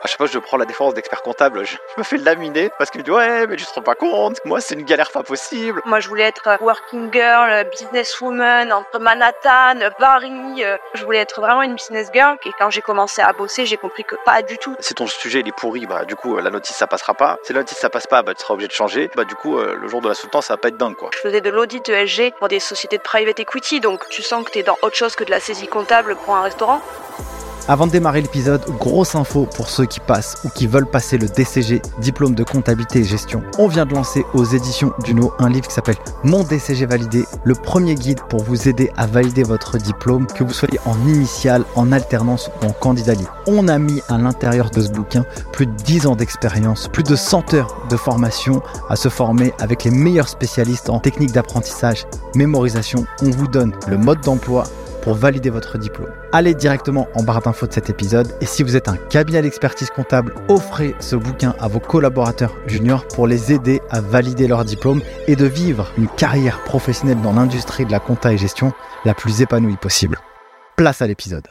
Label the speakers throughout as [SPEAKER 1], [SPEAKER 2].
[SPEAKER 1] À chaque fois que je prends la défense d'expert comptable, je me fais laminer parce qu'il me dit ouais, mais tu te rends pas compte, moi c'est une galère pas possible.
[SPEAKER 2] Moi je voulais être working girl, businesswoman entre Manhattan, Paris. Je voulais être vraiment une business girl et quand j'ai commencé à bosser, j'ai compris que pas du tout.
[SPEAKER 1] Si ton sujet il est pourri, du coup la notice ça passera pas. Si la notice ça passe pas, tu seras obligé de changer. Du coup le jour de la soutenance ça va pas être dingue quoi.
[SPEAKER 2] Je faisais de l'audit ESG pour des sociétés de private equity, donc tu sens que t'es dans autre chose que de la saisie comptable pour un restaurant.
[SPEAKER 3] Avant de démarrer l'épisode, grosse info pour ceux qui passent ou qui veulent passer le DCG, diplôme de comptabilité et gestion. On vient de lancer aux éditions Duno un livre qui s'appelle Mon DCG validé, le premier guide pour vous aider à valider votre diplôme, que vous soyez en initiale, en alternance ou en candidat libre. On a mis à l'intérieur de ce bouquin plus de 10 ans d'expérience, plus de 100 heures de formation à se former avec les meilleurs spécialistes en techniques d'apprentissage, mémorisation. On vous donne le mode d'emploi pour valider votre diplôme. Allez directement en barre d'infos de cet épisode et si vous êtes un cabinet d'expertise comptable, offrez ce bouquin à vos collaborateurs juniors pour les aider à valider leur diplôme et de vivre une carrière professionnelle dans l'industrie de la compta et gestion la plus épanouie possible. Place à l'épisode.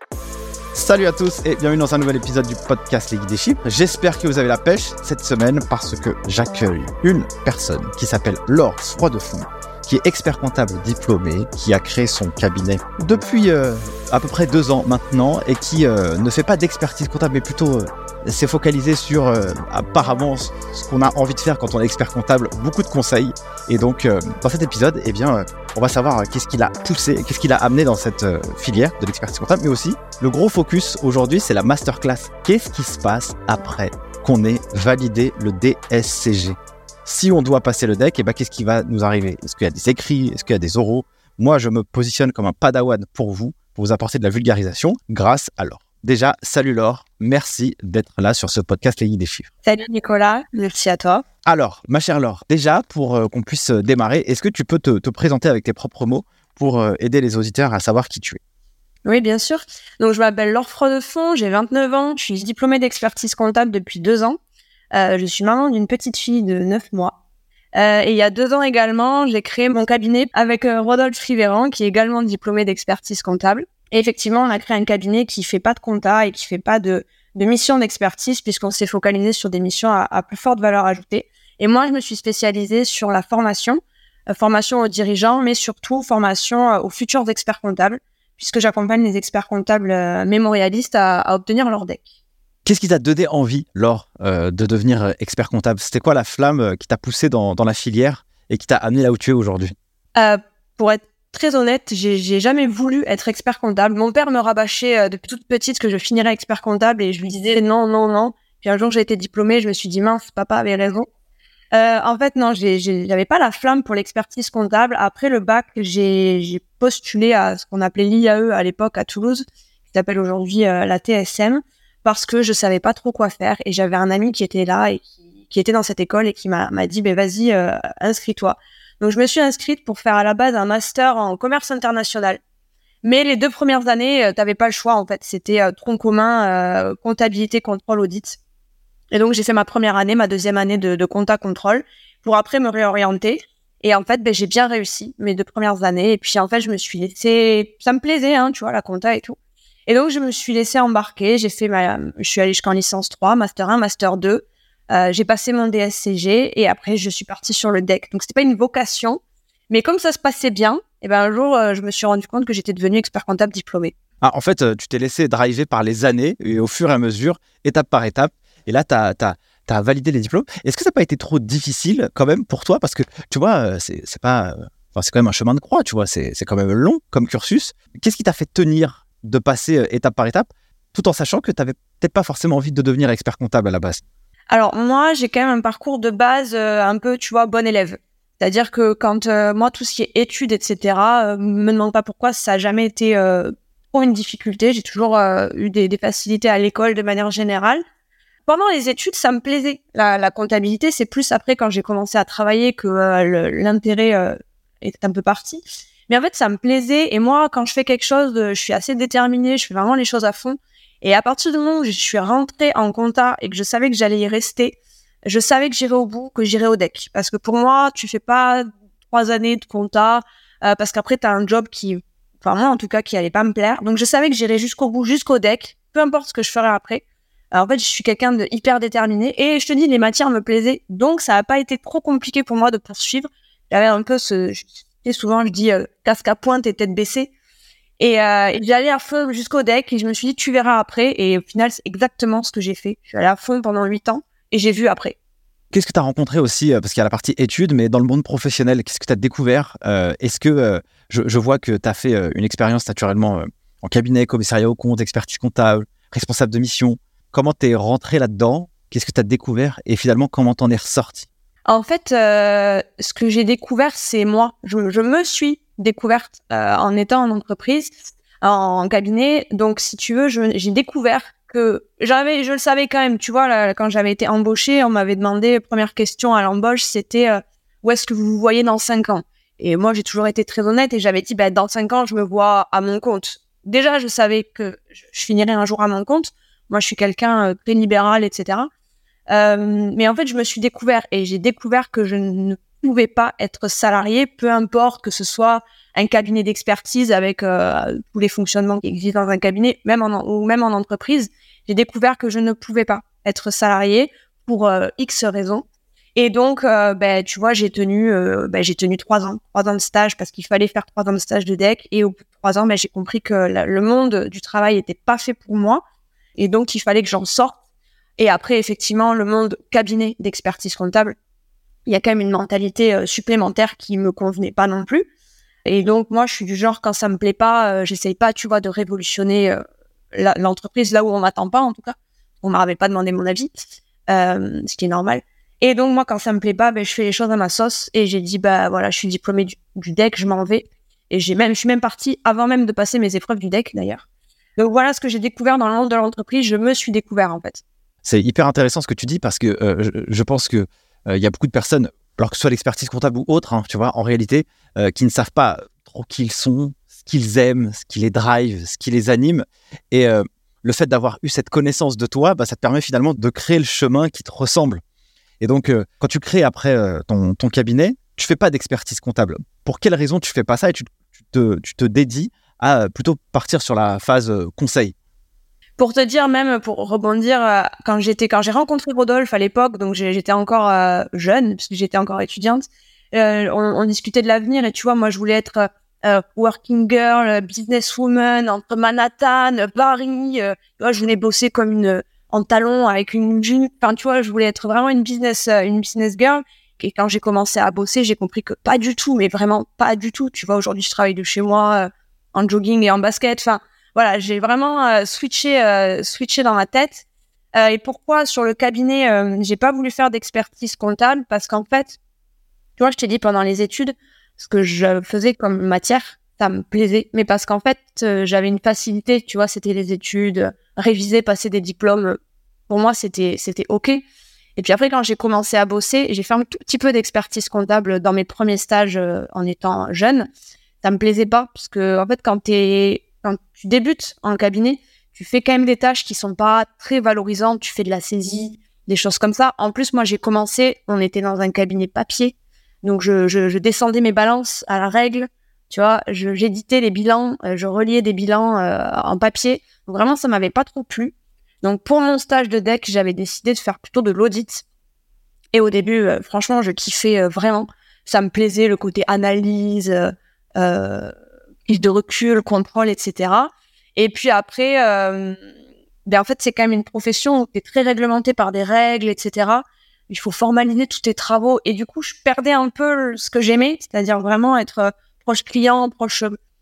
[SPEAKER 3] Salut à tous et bienvenue dans un nouvel épisode du podcast Les Guides des Chiffres. J'espère que vous avez la pêche cette semaine parce que j'accueille une personne qui s'appelle Laure Froidefond, qui est expert comptable diplômé, qui a créé son cabinet depuis à peu près 2 ans maintenant et qui ne fait pas d'expertise comptable mais plutôt s'est focalisé sur apparemment ce qu'on a envie de faire quand on est expert comptable, beaucoup de conseils. Et donc dans cet épisode, on va savoir qu'est-ce qui l'a poussé, qu'est-ce qui l'a amené dans cette filière de l'expertise comptable, mais aussi le gros focus aujourd'hui c'est la masterclass. Qu'est-ce qui se passe après qu'on ait validé le DSCG ? Si on doit passer le deck, qu'est-ce qui va nous arriver ? Est-ce qu'il y a des écrits ? Est-ce qu'il y a des oraux ? Moi, je me positionne comme un padawan pour vous apporter de la vulgarisation grâce à Laure. Déjà, salut Laure, merci d'être là sur ce podcast Les Guides des Chiffres.
[SPEAKER 2] Salut Nicolas, merci à toi.
[SPEAKER 3] Alors, ma chère Laure, déjà, pour qu'on puisse démarrer, est-ce que tu peux te présenter avec tes propres mots pour aider les auditeurs à savoir qui tu es ?
[SPEAKER 2] Oui, bien sûr. Donc, je m'appelle Laure Froidefond, j'ai 29 ans, je suis diplômée d'expertise comptable depuis 2 ans. Je suis maman d'une petite fille de 9 mois. Et il y a 2 ans également, j'ai créé mon cabinet avec Rodolphe Rivéran, qui est également diplômé d'expertise comptable. Et effectivement, on a créé un cabinet qui fait pas de compta et qui fait pas de mission d'expertise, puisqu'on s'est focalisé sur des missions à plus forte valeur ajoutée. Et moi, je me suis spécialisée sur la formation aux dirigeants, mais surtout formation aux futurs experts comptables, puisque j'accompagne les experts comptables mémorialistes à obtenir leur DEC.
[SPEAKER 3] Qu'est-ce qui t'a donné envie, Laure, de devenir expert comptable ? C'était quoi la flamme qui t'a poussé dans la filière et qui t'a amené là où tu es aujourd'hui ?
[SPEAKER 2] Pour être très honnête, j'ai jamais voulu être expert comptable. Mon père me rabâchait depuis toute petite que je finirais expert comptable et je lui disais non. Puis un jour, j'ai été diplômée, je me suis dit mince, papa avait raison. En fait, non, j'avais pas la flamme pour l'expertise comptable. Après le bac, j'ai postulé à ce qu'on appelait l'IAE à l'époque à Toulouse, qui s'appelle aujourd'hui la TSM. Parce que je savais pas trop quoi faire et j'avais un ami qui était là et qui était dans cette école et qui m'a dit vas-y, inscris-toi. Donc je me suis inscrite pour faire à la base un master en commerce international. Mais les 2 premières années, t'avais pas le choix en fait, c'était tronc commun, comptabilité, contrôle, audit. Et donc j'ai fait ma première année, ma deuxième année de compta contrôle pour après me réorienter. Et en fait, j'ai bien réussi mes 2 premières années et puis en fait, je me suis laissée, ça me plaisait tu vois, la compta et tout. Et donc, je me suis laissée embarquer. Je suis allée jusqu'en licence 3, master 1, master 2. J'ai passé mon DSCG et après, je suis partie sur le DEC. Donc, c'était pas une vocation. Mais comme ça se passait bien, un jour, je me suis rendu compte que j'étais devenue expert comptable diplômée.
[SPEAKER 3] Ah, en fait, tu t'es laissé driver par les années et au fur et à mesure, étape par étape. Et là, tu as validé les diplômes. Est-ce que ça n'a pas été trop difficile quand même pour toi ? Parce que, tu vois, c'est quand même un chemin de croix, tu vois. C'est quand même long comme cursus. Qu'est-ce qui t'a fait tenir de passer étape par étape, tout en sachant que tu n'avais peut-être pas forcément envie de devenir expert comptable à la base ?
[SPEAKER 2] Alors, moi, j'ai quand même un parcours de base un peu, tu vois, bon élève. C'est-à-dire que quand moi, tout ce qui est études, etc., me demande pas pourquoi, ça n'a jamais été trop une difficulté. J'ai toujours eu des facilités à l'école de manière générale. Pendant les études, ça me plaisait. La comptabilité, c'est plus après, quand j'ai commencé à travailler, que l'intérêt est un peu parti. Mais en fait, ça me plaisait. Et moi, quand je fais quelque chose, je suis assez déterminée. Je fais vraiment les choses à fond. Et à partir du moment où je suis rentrée en compta et que je savais que j'allais y rester, je savais que j'irais au bout, que j'irais au DEC. Parce que pour moi, tu fais pas 3 années de compta parce qu'après, tu as un job moi en tout cas, qui allait pas me plaire. Donc, je savais que j'irais jusqu'au bout, jusqu'au DEC, peu importe ce que je ferais après. Alors, en fait, je suis quelqu'un de hyper déterminé et je te dis, les matières me plaisaient, donc ça n'a pas été trop compliqué pour moi de poursuivre. J'avais un peu souvent je dis casque à pointe et tête baissée. Et j'allais à fond jusqu'au deck et je me suis dit, tu verras après. Et au final, c'est exactement ce que j'ai fait. Je suis allée à fond pendant 8 ans et j'ai vu après.
[SPEAKER 3] Qu'est-ce que tu as rencontré aussi, parce qu'il y a la partie études, mais dans le monde professionnel, qu'est-ce que tu as découvert? Est-ce que je vois que tu as fait une expérience naturellement en cabinet, commissariat aux comptes, expertise comptable, responsable de mission. Comment tu es rentré là-dedans? Qu'est-ce que tu as découvert? Et finalement, comment t'en es ressorti?
[SPEAKER 2] En fait, ce que j'ai découvert, c'est moi. Je me suis découverte en étant en entreprise, en cabinet. Donc, si tu veux, j'ai découvert que je le savais quand même. Tu vois, là, quand j'avais été embauchée, on m'avait demandé, première question à l'embauche, c'était où est-ce que vous vous voyez dans 5 ans? Et moi, j'ai toujours été très honnête et j'avais dit, dans 5 ans, je me vois à mon compte. Déjà, je savais que je finirais un jour à mon compte. Moi, je suis quelqu'un très libéral, etc. Mais en fait, je me suis découvert et j'ai découvert que je ne pouvais pas être salarié, peu importe que ce soit un cabinet d'expertise avec tous les fonctionnements qui existent dans un cabinet, ou même en entreprise. J'ai découvert que je ne pouvais pas être salarié pour X raisons. Et donc, tu vois, j'ai tenu 3 ans de stage parce qu'il fallait faire 3 ans de stage de DEC. Et au bout de 3 ans, j'ai compris que le monde du travail n'était pas fait pour moi. Et donc, il fallait que j'en sorte. Et après, effectivement, le monde cabinet d'expertise comptable, il y a quand même une mentalité supplémentaire qui me convenait pas non plus. Et donc, moi, je suis du genre, quand ça me plaît pas, j'essaye pas, tu vois, de révolutionner l'entreprise là où on m'attend pas, en tout cas. On m'avait pas demandé mon avis, ce qui est normal. Et donc, moi, quand ça me plaît pas, je fais les choses à ma sauce. Et j'ai dit, voilà, je suis diplômée du DEC, je m'en vais. Et je suis même partie avant même de passer mes épreuves du DEC, d'ailleurs. Donc, voilà ce que j'ai découvert dans le monde de l'entreprise. Je me suis découvert, en fait.
[SPEAKER 3] C'est hyper intéressant ce que tu dis parce que je pense que y a beaucoup de personnes, alors que ce soit l'expertise comptable ou autre, hein, tu vois, en réalité, qui ne savent pas trop qui ils sont, ce qu'ils aiment, ce qui les drive, ce qui les anime. Et le fait d'avoir eu cette connaissance de toi, ça te permet finalement de créer le chemin qui te ressemble. Et donc, quand tu crées après ton cabinet, tu fais pas d'expertise comptable. Pour quelle raison tu fais pas ça et tu te dédies à plutôt partir sur la phase conseil?
[SPEAKER 2] Pour te dire, même pour rebondir, quand j'ai rencontré Rodolphe à l'époque, donc j'étais encore jeune, parce que j'étais encore étudiante, on discutait de l'avenir et tu vois, moi je voulais être working girl, businesswoman, entre Manhattan, Paris, tu vois, je voulais bosser comme en talons avec une jupe, enfin tu vois, je voulais être vraiment une business girl. Et quand j'ai commencé à bosser, j'ai compris que pas du tout, mais vraiment pas du tout. Tu vois, aujourd'hui je travaille de chez moi en jogging et en basket, enfin. Voilà, j'ai vraiment switché dans ma tête. Et pourquoi sur le cabinet, j'ai pas voulu faire d'expertise comptable? Parce qu'en fait, tu vois, je t'ai dit pendant les études, ce que je faisais comme matière, ça me plaisait. Mais parce qu'en fait, j'avais une facilité, tu vois, c'était les études, réviser, passer des diplômes. Pour moi, c'était OK. Et puis après, quand j'ai commencé à bosser, j'ai fait un tout petit peu d'expertise comptable dans mes premiers stages en étant jeune. Ça me plaisait pas parce que, en fait, quand tu débutes en cabinet, tu fais quand même des tâches qui sont pas très valorisantes. Tu fais de la saisie, des choses comme ça. En plus, moi, j'ai commencé, on était dans un cabinet papier. Donc, je descendais mes balances à la règle. Tu vois, j'éditais les bilans, je reliais des bilans en papier. Donc, vraiment, ça m'avait pas trop plu. Donc, pour mon stage de DEC, j'avais décidé de faire plutôt de l'audit. Et au début, franchement, je kiffais vraiment. Ça me plaisait, le côté analyse, prise de recul, contrôle, etc. Et puis après, en fait, c'est quand même une profession où tu es très réglementé par des règles, etc. Il faut formaliser tous tes travaux. Et du coup, je perdais un peu ce que j'aimais, c'est-à-dire vraiment être proche client, proche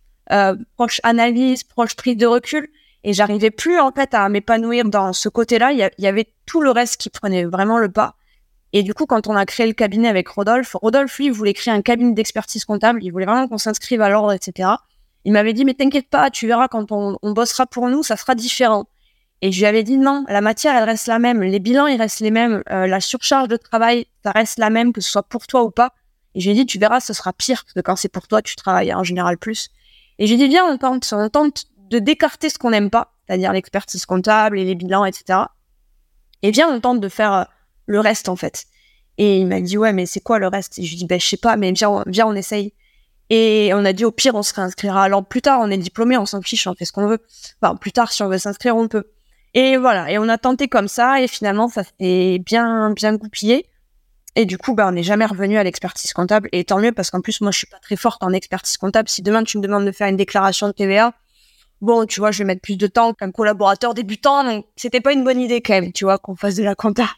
[SPEAKER 2] analyse, proche prise de recul. Et j'arrivais plus, en fait, à m'épanouir dans ce côté-là. Il y avait tout le reste qui prenait vraiment le pas. Et du coup, quand on a créé le cabinet avec Rodolphe, lui, il voulait créer un cabinet d'expertise comptable. Il voulait vraiment qu'on s'inscrive à l'ordre, etc. Il m'avait dit, mais t'inquiète pas, tu verras, quand on bossera pour nous, ça sera différent. Et je lui avais dit, non, la matière, elle reste la même. Les bilans, ils restent les mêmes. La surcharge de travail, ça reste la même, que ce soit pour toi ou pas. Et je lui ai dit, tu verras, ce sera pire, parce que quand c'est pour toi, tu travailles en général plus. Et j'ai dit, viens, on tente de d'écarter ce qu'on n'aime pas, c'est-à-dire l'expertise comptable et les bilans, etc. Et viens, on tente de faire le reste, en fait. Et il m'a dit, ouais, mais c'est quoi le reste? Et je lui ai dit, je sais pas, mais viens, on essaye. Et on a dit, au pire, on se réinscrira. Alors, plus tard, on est diplômé, on s'en fiche, on fait ce qu'on veut. Enfin, plus tard, si on veut s'inscrire, on peut. Et voilà, et on a tenté comme ça, et finalement, ça s'est bien goupillé. Et du coup, on n'est jamais revenu à l'expertise comptable. Et tant mieux, parce qu'en plus, moi, je suis pas très forte en expertise comptable. Si demain, tu me demandes de faire une déclaration de TVA, bon, tu vois, je vais mettre plus de temps qu'un collaborateur débutant. Donc, c'était pas une bonne idée quand même, tu vois, qu'on fasse de la compta.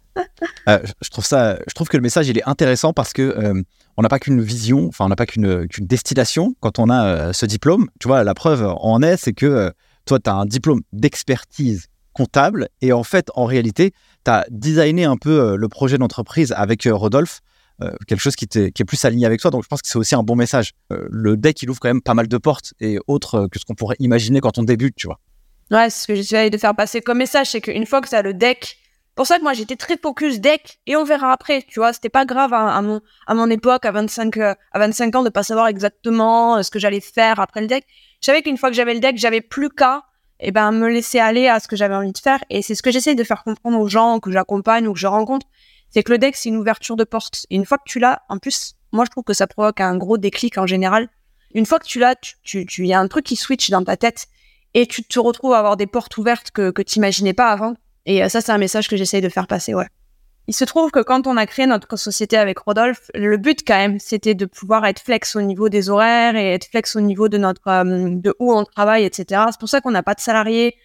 [SPEAKER 3] Je trouve que le message, il est intéressant parce que on n'a pas qu'une vision, enfin, on n'a pas qu'une destination quand on a ce diplôme. Tu vois, la preuve en est, c'est que toi, tu as un diplôme d'expertise comptable et en fait, en réalité, tu as designé un peu le projet d'entreprise avec Rodolphe, quelque chose qui est plus aligné avec toi. Donc, je pense que c'est aussi un bon message. Le deck, il ouvre quand même pas mal de portes et autres que ce qu'on pourrait imaginer quand on débute, tu vois.
[SPEAKER 2] Ouais, c'est ce que j'essaie de faire passer comme message, c'est qu'une fois que tu as le deck, pour ça que moi, j'étais très focus deck et on verra après, tu vois. C'était pas grave à mon époque, à 25 ans, de pas savoir exactement ce que j'allais faire après le deck. Je savais qu'une fois que j'avais le deck, j'avais plus qu'à me laisser aller à ce que j'avais envie de faire. Et c'est ce que j'essaie de faire comprendre aux gens que j'accompagne ou que je rencontre. C'est que le deck, c'est une ouverture de porte. Et une fois que tu l'as, en plus, moi, je trouve que ça provoque un gros déclic en général. Une fois que tu l'as, y a un truc qui switch dans ta tête et tu te retrouves à avoir des portes ouvertes que tu n'imaginais pas avant. Et ça, c'est un message que j'essaye de faire passer, ouais. Il se trouve que quand on a créé notre société avec Rodolphe, le but quand même, c'était de pouvoir être flex au niveau des horaires et être flex au niveau de de où on travaille, etc. C'est pour ça qu'on n'a pas de salariés,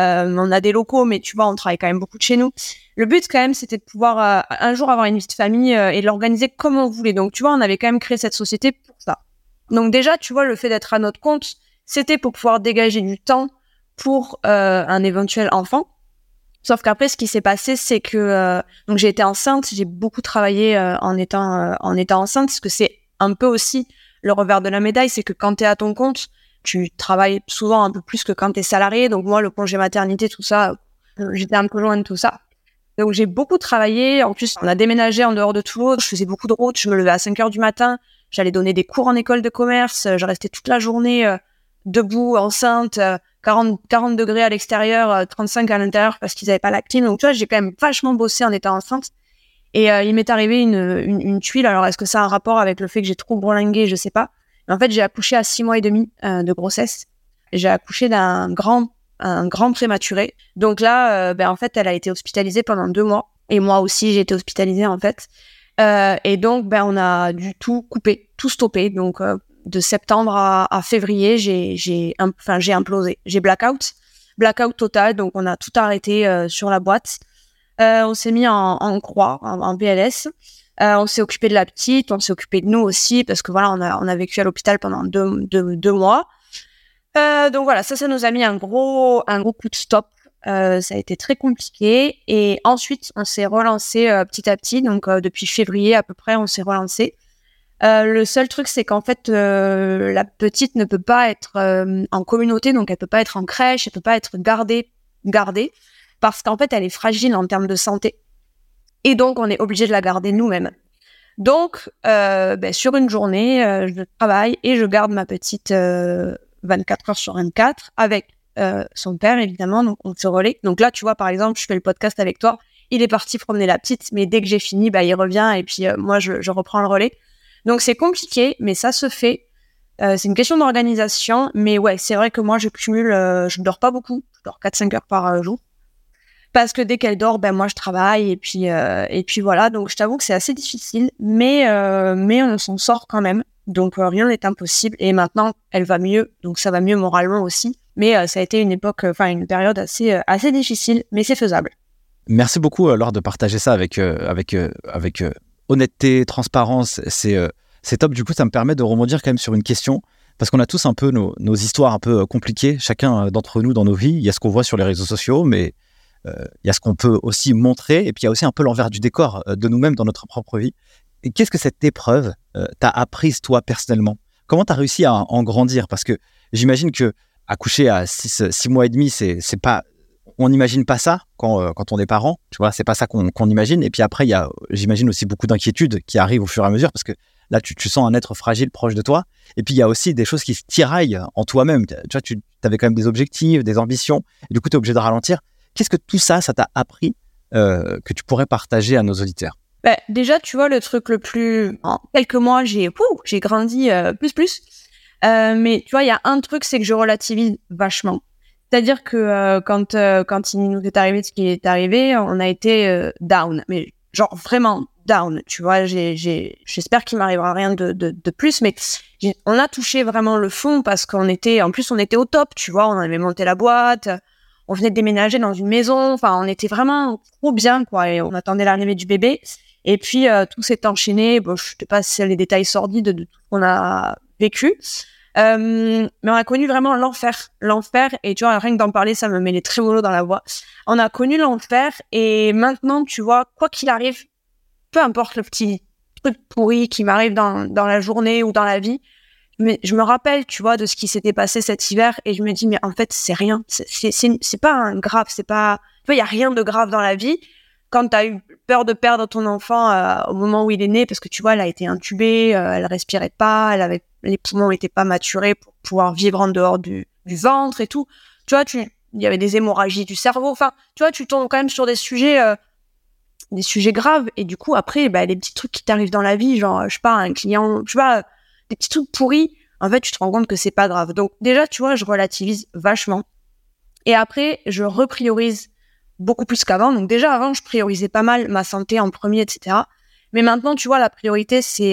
[SPEAKER 2] on a des locaux, mais tu vois, on travaille quand même beaucoup de chez nous. Le but quand même, c'était de pouvoir un jour avoir une vie de famille et l'organiser comme on voulait. Donc tu vois, on avait quand même créé cette société pour ça. Donc déjà, tu vois, le fait d'être à notre compte, c'était pour pouvoir dégager du temps pour un éventuel enfant. Sauf qu'après, ce qui s'est passé, c'est que donc j'ai été enceinte, j'ai beaucoup travaillé en étant enceinte, parce que c'est un peu aussi le revers de la médaille, c'est que quand t'es à ton compte, tu travailles souvent un peu plus que quand t'es salarié. Donc moi, le congé maternité, tout ça, j'étais un peu loin de tout ça. Donc j'ai beaucoup travaillé. En plus, on a déménagé en dehors de Toulouse. Je faisais beaucoup de routes. Je me levais à 5h du matin. J'allais donner des cours en école de commerce. Je restais toute la journée debout, enceinte. 40 degrés à l'extérieur, 35 à l'intérieur parce qu'ils n'avaient pas la clim. Donc, tu vois, j'ai quand même vachement bossé en étant enceinte. Et il m'est arrivé une tuile. Alors, est-ce que ça a un rapport avec le fait que j'ai trop bourlingué? Je sais pas. Mais en fait, j'ai accouché à 6 mois et demi de grossesse. J'ai accouché d'un grand prématuré. Donc là, en fait, elle a été hospitalisée pendant 2 mois. Et moi aussi, j'ai été hospitalisée, en fait. Et donc, on a dû tout couper, tout stopper. Donc, de septembre à février, j'ai implosé. J'ai blackout total. Donc, on a tout arrêté sur la boîte. On s'est mis en croix, en PLS. On s'est occupé de la petite, on s'est occupé de nous aussi parce que voilà, on a vécu à l'hôpital pendant deux mois. Donc voilà, ça nous a mis un gros coup de stop. Ça a été très compliqué. Et ensuite, on s'est relancé petit à petit. Donc, depuis février à peu près, on s'est relancé. Le seul truc, c'est qu'en fait, la petite ne peut pas être en communauté, donc elle peut pas être en crèche, elle peut pas être gardée, parce qu'en fait, elle est fragile en termes de santé. Et donc, on est obligé de la garder nous-mêmes. Donc, sur une journée, je travaille et je garde ma petite 24 heures sur 24 avec son père, évidemment, donc on se relaie. Donc là, tu vois, par exemple, je fais le podcast avec toi, il est parti promener la petite, mais dès que j'ai fini, il revient et puis moi, je reprends le relais. Donc, c'est compliqué, mais ça se fait. C'est une question d'organisation. Mais ouais, c'est vrai que moi, je cumule... je ne dors pas beaucoup. Je dors 4-5 heures par jour. Parce que dès qu'elle dort, moi, je travaille. Et puis voilà. Donc, je t'avoue que c'est assez difficile. Mais on s'en sort quand même. Donc, rien n'est impossible. Et maintenant, elle va mieux. Donc, ça va mieux moralement aussi. Mais ça a été une période assez difficile. Mais c'est faisable.
[SPEAKER 3] Merci beaucoup, Laure, de partager ça avec honnêteté, transparence, c'est top. Du coup, ça me permet de rebondir quand même sur une question, parce qu'on a tous un peu nos histoires un peu compliquées, chacun d'entre nous dans nos vies. Il y a ce qu'on voit sur les réseaux sociaux, mais il y a ce qu'on peut aussi montrer, et puis il y a aussi un peu l'envers du décor de nous-mêmes dans notre propre vie. Et qu'est-ce que cette épreuve t'a apprise, toi, personnellement? Comment t'as réussi à en grandir? Parce que j'imagine que accoucher à 6 mois et demi, c'est pas... On n'imagine pas ça quand on est parent, tu vois, c'est pas ça qu'on imagine. Et puis après, il y a, j'imagine, aussi beaucoup d'inquiétudes qui arrivent au fur et à mesure parce que là, tu sens un être fragile proche de toi. Et puis, il y a aussi des choses qui se tiraillent en toi-même. Tu vois, tu avais quand même des objectifs, des ambitions. Et du coup, tu es obligé de ralentir. Qu'est-ce que tout ça t'a appris que tu pourrais partager à nos auditeurs?
[SPEAKER 2] Déjà, tu vois, le truc le plus... En quelques mois, j'ai grandi plus. Mais tu vois, il y a un truc, c'est que je relativise vachement. C'est-à-dire que quand il nous est arrivé ce qui est arrivé, on a été down, mais genre vraiment down, tu vois. J'espère qu'il m'arrivera rien de plus, mais on a touché vraiment le fond parce qu'on était au top, tu vois. On avait monté la boîte, on venait de déménager dans une maison, enfin, on était vraiment trop bien, quoi. Et on attendait l'arrivée du bébé. Et puis tout s'est enchaîné. Bon, je te passe les détails sordides de tout ce qu'on a vécu. Mais on a connu vraiment l'enfer, et tu vois, rien que d'en parler, ça me met les trémolos dans la voix. On a connu l'enfer, et maintenant, tu vois, quoi qu'il arrive, peu importe le petit truc pourri qui m'arrive dans la journée ou dans la vie, mais je me rappelle, tu vois, de ce qui s'était passé cet hiver, et je me dis, mais en fait, c'est rien, c'est pas un grave, c'est pas, tu vois, il y a rien de grave dans la vie. Quand t'as eu peur de perdre ton enfant au moment où il est né, parce que tu vois, elle a été intubée, elle respirait pas, les poumons étaient pas maturés pour pouvoir vivre en dehors du ventre et tout. Tu vois, il y avait des hémorragies du cerveau. Enfin, tu vois, tu tombes quand même sur des sujets graves. Et du coup, après, les petits trucs qui t'arrivent dans la vie, genre, je sais pas, un client, je sais pas, des petits trucs pourris. En fait, tu te rends compte que c'est pas grave. Donc déjà, tu vois, je relativise vachement. Et après, je repriorise beaucoup plus qu'avant. Donc déjà, avant, je priorisais pas mal ma santé en premier, etc. Mais maintenant, tu vois, la priorité, c'est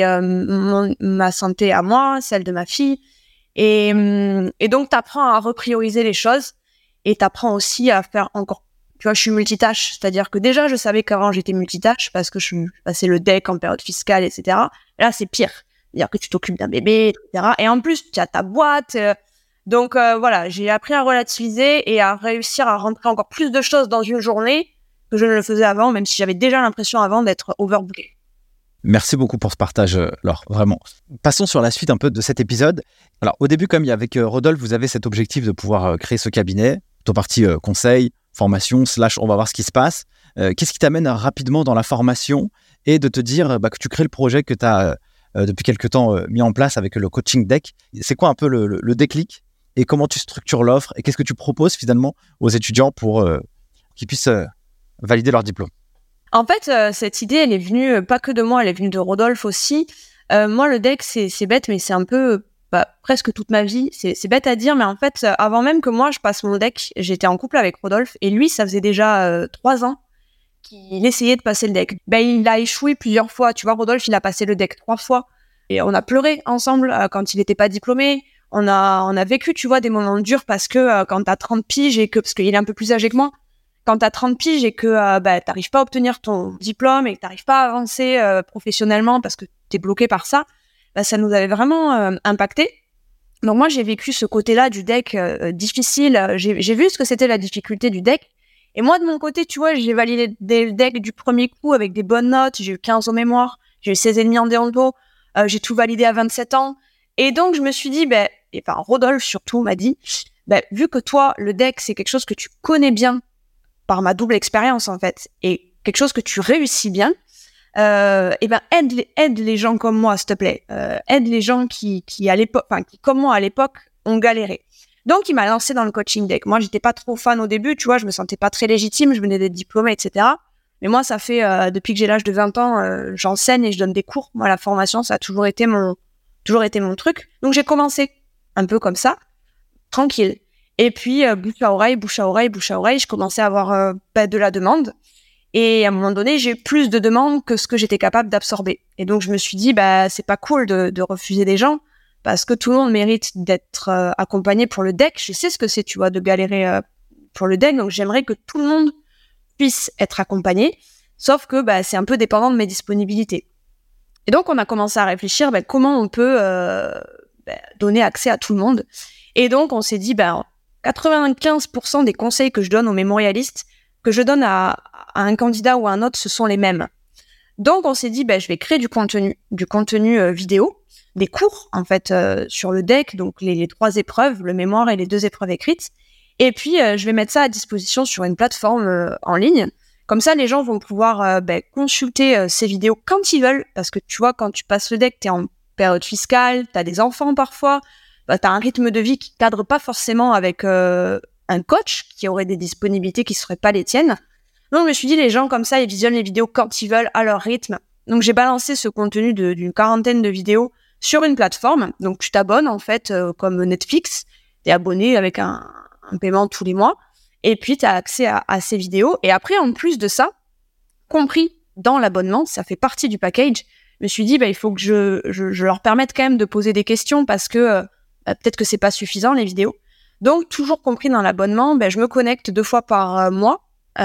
[SPEAKER 2] ma santé à moi, celle de ma fille. Et donc, t'apprends à reprioriser les choses, et t'apprends aussi à faire encore... Tu vois, je suis multitâche. C'est-à-dire que déjà, je savais qu'avant, j'étais multitâche parce que je passais le DEC en période fiscale, etc. Et là, c'est pire. C'est-à-dire que tu t'occupes d'un bébé, etc. Et en plus, tu as ta boîte... Donc voilà, j'ai appris à relativiser et à réussir à rentrer encore plus de choses dans une journée que je ne le faisais avant, même si j'avais déjà l'impression avant d'être overbookée.
[SPEAKER 3] Merci beaucoup pour ce partage, Laure, vraiment. Passons sur la suite un peu de cet épisode. Alors au début, comme avec Rodolphe, vous avez cet objectif de pouvoir créer ce cabinet, plutôt partie conseil, formation, / on va voir ce qui se passe. Qu'est-ce qui t'amène rapidement dans la formation et de te dire que tu crées le projet que tu as depuis quelques temps mis en place avec le coaching deck? C'est quoi un peu le déclic? Et comment tu structures l'offre? Et qu'est-ce que tu proposes finalement aux étudiants pour qu'ils puissent valider leur diplôme?
[SPEAKER 2] En fait, cette idée, elle est venue pas que de moi, elle est venue de Rodolphe aussi. Moi, le deck, c'est bête, mais c'est un peu presque toute ma vie. C'est bête à dire, mais en fait, avant même que moi, je passe mon deck, j'étais en couple avec Rodolphe. Et lui, ça faisait déjà 3 ans qu'il essayait de passer le deck. Il a échoué plusieurs fois. Tu vois, Rodolphe, il a passé le deck 3 fois. Et on a pleuré ensemble quand il n'était pas diplômé. On a vécu, tu vois, des moments durs parce que quand t'as 30 piges parce qu'il est un peu plus âgé que moi, quand t'as 30 piges et que t'arrives pas à obtenir ton diplôme et que t'arrives pas à avancer professionnellement parce que t'es bloqué par ça, ça nous avait vraiment impacté. Donc moi, j'ai vécu ce côté-là du deck difficile. J'ai vu ce que c'était la difficulté du deck. Et moi, de mon côté, tu vois, j'ai validé le deck du premier coup avec des bonnes notes. J'ai eu 15 au mémoire, j'ai eu 16,5 en déonto, j'ai tout validé à 27 ans. Et donc, je me suis dit, Rodolphe surtout m'a dit, vu que toi, le deck, c'est quelque chose que tu connais bien par ma double expérience, en fait, et quelque chose que tu réussis bien, aide les gens comme moi, s'il te plaît. Aide les gens qui à l'époque, qui, comme moi, à l'époque, ont galéré. Donc, il m'a lancé dans le coaching deck. Moi, j'étais pas trop fan au début, tu vois, je me sentais pas très légitime, je venais d'être diplômée, etc. Mais moi, ça fait, depuis que j'ai l'âge de 20 ans, j'enseigne et je donne des cours. Moi, la formation, ça a toujours été mon truc. Donc, j'ai commencé un peu comme ça, tranquille. Et puis, bouche à oreille, je commençais à avoir de la demande. Et à un moment donné, j'ai eu plus de demandes que ce que j'étais capable d'absorber. Et donc, je me suis dit, c'est pas cool de refuser des gens parce que tout le monde mérite d'être accompagné pour le deck. Je sais ce que c'est, tu vois, de galérer pour le deck. Donc, j'aimerais que tout le monde puisse être accompagné. Sauf que c'est un peu dépendant de mes disponibilités. Et donc, on a commencé à réfléchir comment on peut donner accès à tout le monde. Et donc, on s'est dit, 95% des conseils que je donne aux mémorialistes, que je donne à un candidat ou à un autre, ce sont les mêmes. Donc, on s'est dit, je vais créer du contenu vidéo, des cours, en fait, sur le deck, donc les 3 épreuves, le mémoire et les 2 épreuves écrites. Et puis, je vais mettre ça à disposition sur une plateforme en ligne. Comme ça, les gens vont pouvoir consulter ces vidéos quand ils veulent, parce que tu vois, quand tu passes le deck, t'es en période fiscale, t'as des enfants parfois, t'as un rythme de vie qui cadre pas forcément avec un coach qui aurait des disponibilités qui seraient pas les tiennes. Donc, je me suis dit, les gens comme ça, ils visionnent les vidéos quand ils veulent, à leur rythme. Donc, j'ai balancé ce contenu d'une 40aine de vidéos sur une plateforme. Donc, tu t'abonnes, en fait, comme Netflix. T'es abonné avec un un paiement tous les mois. Et puis, tu as accès à ces vidéos. Et après, en plus de ça, compris dans l'abonnement, ça fait partie du package, je me suis dit, il faut que je leur permette quand même de poser des questions parce que peut-être que c'est pas suffisant, les vidéos. Donc, toujours compris dans l'abonnement, je me connecte 2 fois par mois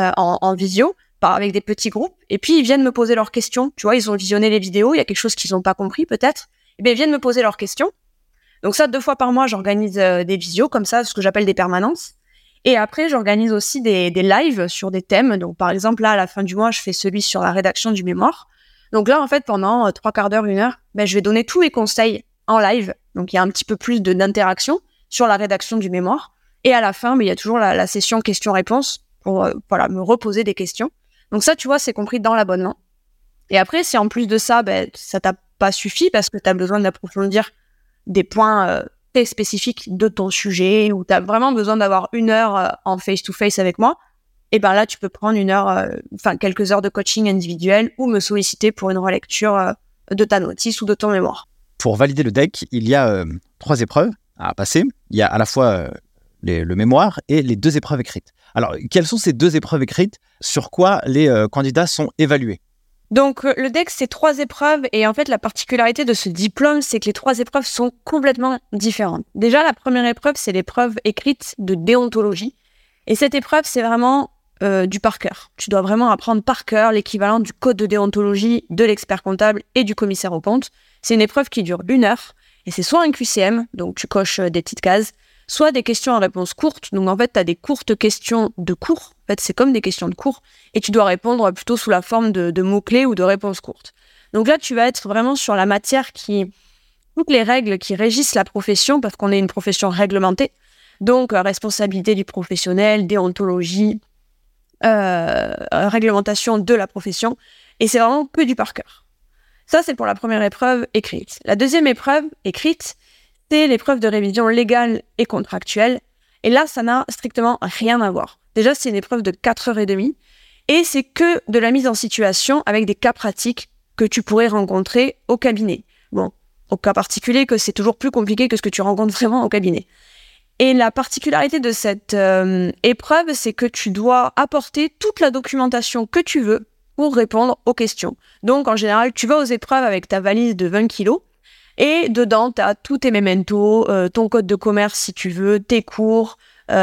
[SPEAKER 2] en visio, avec des petits groupes. Et puis, ils viennent me poser leurs questions. Tu vois, ils ont visionné les vidéos, il y a quelque chose qu'ils n'ont pas compris peut-être. Et bien, ils viennent me poser leurs questions. Donc ça, 2 fois par mois, j'organise des visios comme ça, ce que j'appelle des permanences. Et après, j'organise aussi des lives sur des thèmes. Donc, par exemple, là, à la fin du mois, je fais celui sur la rédaction du mémoire. Donc là, en fait, pendant 3/4 d'heure, 1 heure, je vais donner tous mes conseils en live. Donc, il y a un petit peu plus d'interaction sur la rédaction du mémoire. Et à la fin, il y a toujours la session questions-réponses pour me reposer des questions. Donc ça, tu vois, c'est compris dans l'abonnement. Et après, si en plus de ça, ça t'a pas suffi parce que tu as besoin d'approfondir des points très spécifiques de ton sujet ou tu as vraiment besoin d'avoir 1 heure en face-to-face avec moi, et là, tu peux prendre 1 heure, quelques heures de coaching individuel ou me solliciter pour une relecture de ta notice ou de ton mémoire.
[SPEAKER 3] Pour valider le deck, il y a 3 épreuves à passer. Il y a à la fois le mémoire et les 2 épreuves écrites. Alors, quelles sont ces 2 épreuves écrites? Sur quoi les candidats sont évalués?
[SPEAKER 2] Donc, le DEC, c'est 3 épreuves. Et en fait, la particularité de ce diplôme, c'est que les 3 épreuves sont complètement différentes. Déjà, la première épreuve, c'est l'épreuve écrite de déontologie. Et cette épreuve, c'est vraiment du par cœur. Tu dois vraiment apprendre par cœur l'équivalent du code de déontologie de l'expert comptable et du commissaire aux comptes. C'est une épreuve qui dure 1 heure. Et c'est soit un QCM, donc tu coches des petites cases, soit des questions à réponse courte. Donc, en fait, tu as des courtes questions de cours. En fait, c'est comme des questions de cours. Et tu dois répondre plutôt sous la forme de mots-clés ou de réponses courtes. Donc là, tu vas être vraiment sur la matière toutes les règles qui régissent la profession, parce qu'on est une profession réglementée. Donc, responsabilité du professionnel, déontologie, réglementation de la profession. Et c'est vraiment que du par cœur. Ça, c'est pour la première épreuve écrite. La deuxième épreuve écrite, c'est l'épreuve de révision légale et contractuelle. Et là, ça n'a strictement rien à voir. Déjà, c'est une épreuve de 4h30 et c'est que de la mise en situation avec des cas pratiques que tu pourrais rencontrer au cabinet. Bon, au cas particulier, que c'est toujours plus compliqué que ce que tu rencontres vraiment au cabinet. Et la particularité de cette épreuve, c'est que tu dois apporter toute la documentation que tu veux pour répondre aux questions. Donc, en général, tu vas aux épreuves avec ta valise de 20 kilos. Et dedans, tu as tous tes mementos, ton code de commerce si tu veux, tes cours,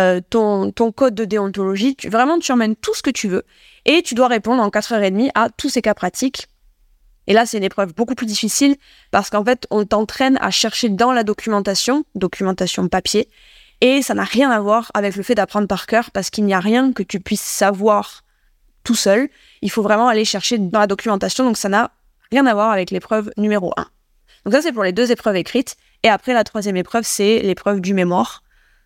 [SPEAKER 2] ton code de déontologie. Tu emmènes tout ce que tu veux. Et tu dois répondre en 4h30 à tous ces cas pratiques. Et là, c'est une épreuve beaucoup plus difficile parce qu'en fait, on t'entraîne à chercher dans la documentation papier. Et ça n'a rien à voir avec le fait d'apprendre par cœur parce qu'il n'y a rien que tu puisses savoir tout seul. Il faut vraiment aller chercher dans la documentation. Donc, ça n'a rien à voir avec l'épreuve numéro 1. Donc ça, c'est pour les 2 épreuves écrites. Et après, la 3e épreuve, c'est l'épreuve du mémoire,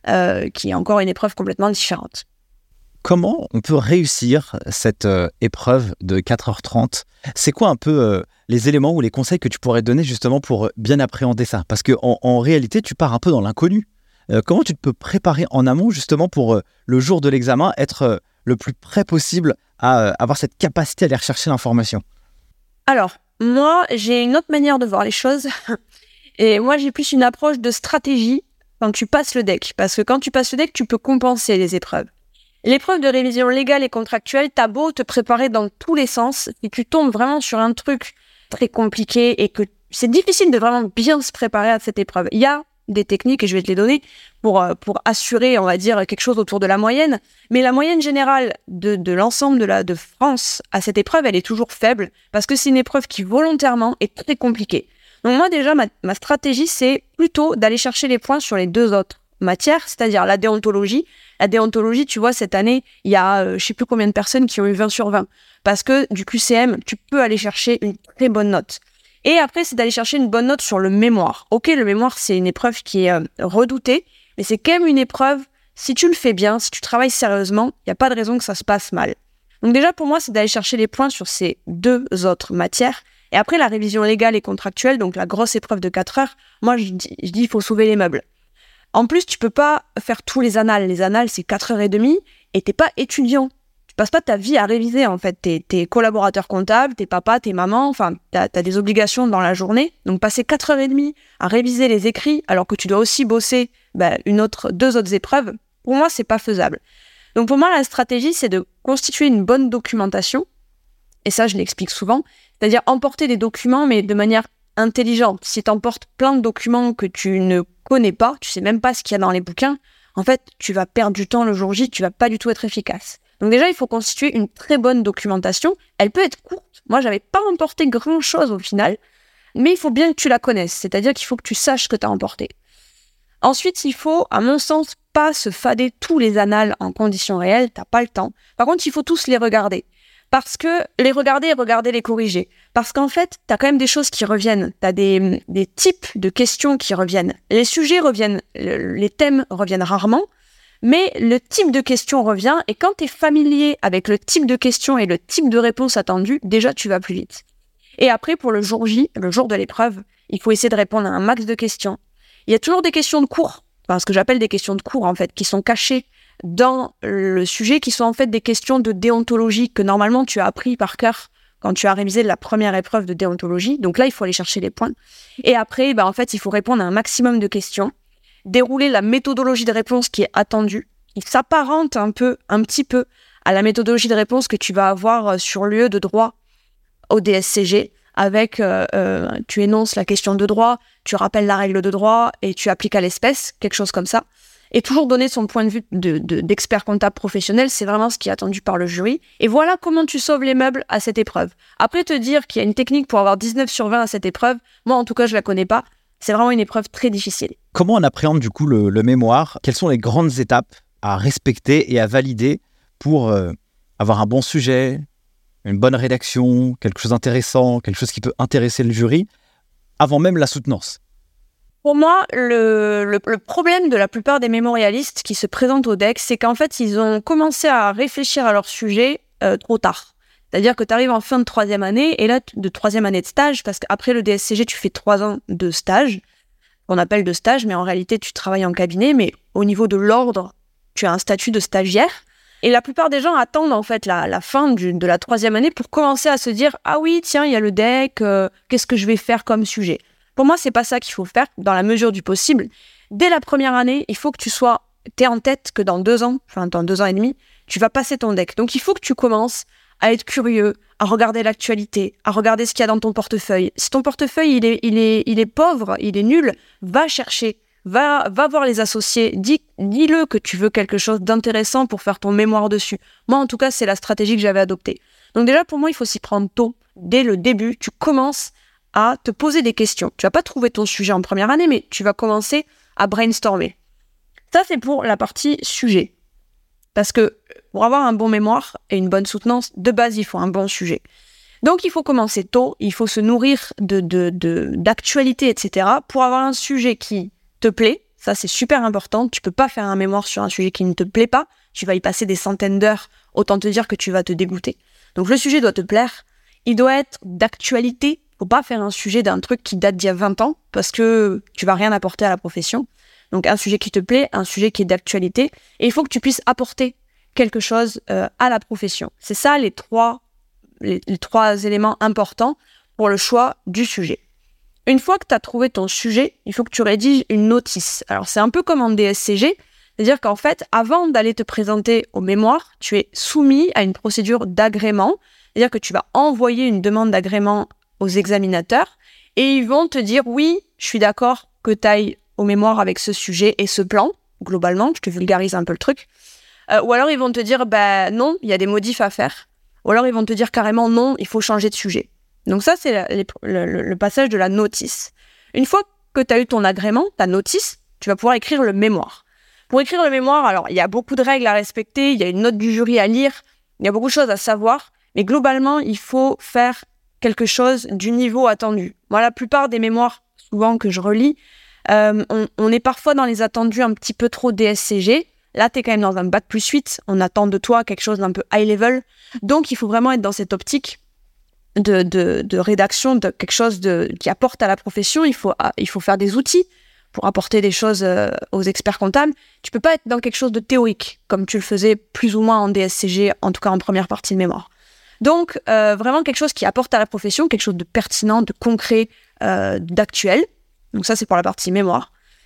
[SPEAKER 2] qui est encore une épreuve complètement différente.
[SPEAKER 3] Comment on peut réussir cette épreuve de 4h30 ? C'est quoi un peu les éléments ou les conseils que tu pourrais donner justement pour bien appréhender ça ? Parce qu'en réalité, tu pars un peu dans l'inconnu. Comment tu te peux préparer en amont justement pour le jour de l'examen, être le plus près possible à avoir cette capacité à aller rechercher l'information ?
[SPEAKER 2] Alors, moi, j'ai une autre manière de voir les choses. Et moi, j'ai plus une approche de stratégie quand tu passes le deck. Parce que quand tu passes le deck, tu peux compenser les épreuves. L'épreuve de révision légale et contractuelle, t'as beau te préparer dans tous les sens, et tu tombes vraiment sur un truc très compliqué et que c'est difficile de vraiment bien se préparer à cette épreuve. Il y a des techniques, et je vais te les donner, pour assurer, on va dire, quelque chose autour de la moyenne. Mais la moyenne générale de l'ensemble de France à cette épreuve, elle est toujours faible, parce que c'est une épreuve qui, volontairement, est très compliquée. Donc moi, déjà, ma stratégie, c'est plutôt d'aller chercher les points sur les 2 autres matières, c'est-à-dire la déontologie. La déontologie, tu vois, cette année, il y a je sais plus combien de personnes qui ont eu 20 sur 20. Parce que du QCM, tu peux aller chercher une très bonne note. Et après, c'est d'aller chercher une bonne note sur le mémoire. Ok, le mémoire, c'est une épreuve qui est redoutée, mais c'est quand même une épreuve, si tu le fais bien, si tu travailles sérieusement, il n'y a pas de raison que ça se passe mal. Donc déjà, pour moi, c'est d'aller chercher les points sur ces 2 autres matières. Et après, la révision légale et contractuelle, donc la grosse épreuve de 4 heures, moi, je dis, il faut sauver les meubles. En plus, tu peux pas faire tous les annales. Les annales, c'est 4h30 et t'es pas étudiant. Tu passes pas ta vie à réviser, en fait. T'es collaborateur comptable, t'es papa, t'es maman, enfin, t'as des obligations dans la journée. Donc, passer 4h30 à réviser les écrits, alors que tu dois aussi bosser 2 autres épreuves, Pour moi, c'est pas faisable. Donc pour moi, la stratégie, c'est de constituer une bonne documentation. Et ça, je l'explique souvent. C'est-à-dire emporter des documents, mais de manière intelligente. Si tu emportes plein de documents que tu ne connais pas, tu sais même pas ce qu'il y a dans les bouquins, en fait, tu vas perdre du temps le jour J, tu vas pas du tout être efficace. Donc déjà, il faut constituer une très bonne documentation. Elle peut être courte. Moi, j'avais pas emporté grand-chose au final, mais il faut bien que tu la connaisses. C'est-à-dire qu'il faut que tu saches ce que tu as emporté. Ensuite, il faut, à mon sens, pas se fader tous les annales en conditions réelles. T'as pas le temps. Par contre, il faut tous les regarder. Parce que les regarder et regarder les corriger. Parce qu'en fait, tu as quand même des choses qui reviennent. Tu as des types de questions qui reviennent. Les sujets reviennent, les thèmes reviennent rarement, mais le type de question revient. Et quand tu es familier avec le type de question et le type de réponse attendue, déjà, tu vas plus vite. Et après, pour le jour J, le jour de l'épreuve, il faut essayer de répondre à un max de questions. Il y a toujours des questions de cours, enfin, ce que j'appelle des questions de cours, en fait, qui sont cachées dans le sujet, qui sont en fait des questions de déontologie que normalement tu as appris par cœur quand tu as révisé la première épreuve de déontologie. Donc là, il faut aller chercher les points. Et après, en fait, il faut répondre à un maximum de questions, dérouler la méthodologie de réponse qui est attendue, qui s'apparente un petit peu à la méthodologie de réponse que tu vas avoir sur l'UE de droit au DSCG, avec tu énonces la question de droit, tu rappelles la règle de droit et tu appliques à l'espèce, quelque chose comme ça. Et toujours donner son point de vue d'expert comptable professionnel, c'est vraiment ce qui est attendu par le jury. Et voilà comment tu sauves les meubles à cette épreuve. Après, te dire qu'il y a une technique pour avoir 19 sur 20 à cette épreuve, moi en tout cas je la connais pas, c'est vraiment une épreuve très difficile.
[SPEAKER 3] Comment on appréhende du coup le mémoire ? Quelles sont les grandes étapes à respecter et à valider pour avoir un bon sujet, une bonne rédaction, quelque chose d'intéressant, quelque chose qui peut intéresser le jury, avant même la soutenance ?
[SPEAKER 2] Pour moi, le problème de la plupart des mémorialistes qui se présentent au DEC, c'est qu'en fait, ils ont commencé à réfléchir à leur sujet trop tard. C'est-à-dire que tu arrives en fin de troisième année, et là, de troisième année de stage, parce qu'après le DSCG, tu fais 3 ans de stage, qu'on appelle de stage, mais en réalité, tu travailles en cabinet, mais au niveau de l'ordre, tu as un statut de stagiaire. Et la plupart des gens attendent en fait la fin de la troisième année pour commencer à se dire « Ah oui, tiens, il y a le DEC, qu'est-ce que je vais faire comme sujet ?» Pour moi, c'est pas ça qu'il faut faire, dans la mesure du possible. Dès la première année, il faut que t'aies en tête que dans 2 ans, enfin dans 2 ans et demi, tu vas passer ton DEC. Donc il faut que tu commences à être curieux, à regarder l'actualité, à regarder ce qu'il y a dans ton portefeuille. Si ton portefeuille, il est pauvre, il est nul, va chercher, va voir les associés, dis-le que tu veux quelque chose d'intéressant pour faire ton mémoire dessus. Moi, en tout cas, c'est la stratégie que j'avais adoptée. Donc déjà, pour moi, il faut s'y prendre tôt. Dès le début, tu commences à te poser des questions. Tu vas pas trouver ton sujet en première année, mais tu vas commencer à brainstormer. Ça, c'est pour la partie sujet. Parce que pour avoir un bon mémoire et une bonne soutenance, de base, il faut un bon sujet. Donc, il faut commencer tôt, il faut se nourrir d'actualité, etc. pour avoir un sujet qui te plaît. Ça, c'est super important. Tu peux pas faire un mémoire sur un sujet qui ne te plaît pas. Tu vas y passer des centaines d'heures. Autant te dire que tu vas te dégoûter. Donc, le sujet doit te plaire. Il doit être d'actualité. Faut pas faire un sujet d'un truc qui date d'il y a 20 ans parce que tu vas rien apporter à la profession. Donc un sujet qui te plaît, un sujet qui est d'actualité, et il faut que tu puisses apporter quelque chose à la profession. C'est ça les trois éléments importants pour le choix du sujet. Une fois que tu as trouvé ton sujet, il faut que tu rédiges une notice. Alors c'est un peu comme en DSCG, c'est-à-dire qu'en fait, avant d'aller te présenter au mémoire, tu es soumis à une procédure d'agrément, c'est-à-dire que tu vas envoyer une demande d'agrément aux examinateurs, et ils vont te dire oui, je suis d'accord que tu ailles au mémoire avec ce sujet et ce plan, globalement, je te vulgarise un peu le truc, ou alors ils vont te dire non, il y a des modifs à faire, ou alors ils vont te dire carrément non, il faut changer de sujet. Donc ça, c'est le passage de la notice. Une fois que tu as eu ton agrément, ta notice, tu vas pouvoir écrire le mémoire. Pour écrire le mémoire, alors il y a beaucoup de règles à respecter, il y a une note du jury à lire, il y a beaucoup de choses à savoir, mais globalement, il faut faire quelque chose du niveau attendu. Moi, la plupart des mémoires, souvent que je relis, on est parfois dans les attendus un petit peu trop DSCG. Là, tu es quand même dans un bac plus 8. On attend de toi quelque chose d'un peu high level. Donc, il faut vraiment être dans cette optique de rédaction, de quelque chose qui apporte à la profession. Il faut faire des outils pour apporter des choses aux experts comptables. Tu peux pas être dans quelque chose de théorique, comme tu le faisais plus ou moins en DSCG, en tout cas en première partie de mémoire. Donc, vraiment quelque chose qui apporte à la profession, quelque chose de pertinent, de concret, d'actuel. Donc ça, c'est pour la partie mémoire.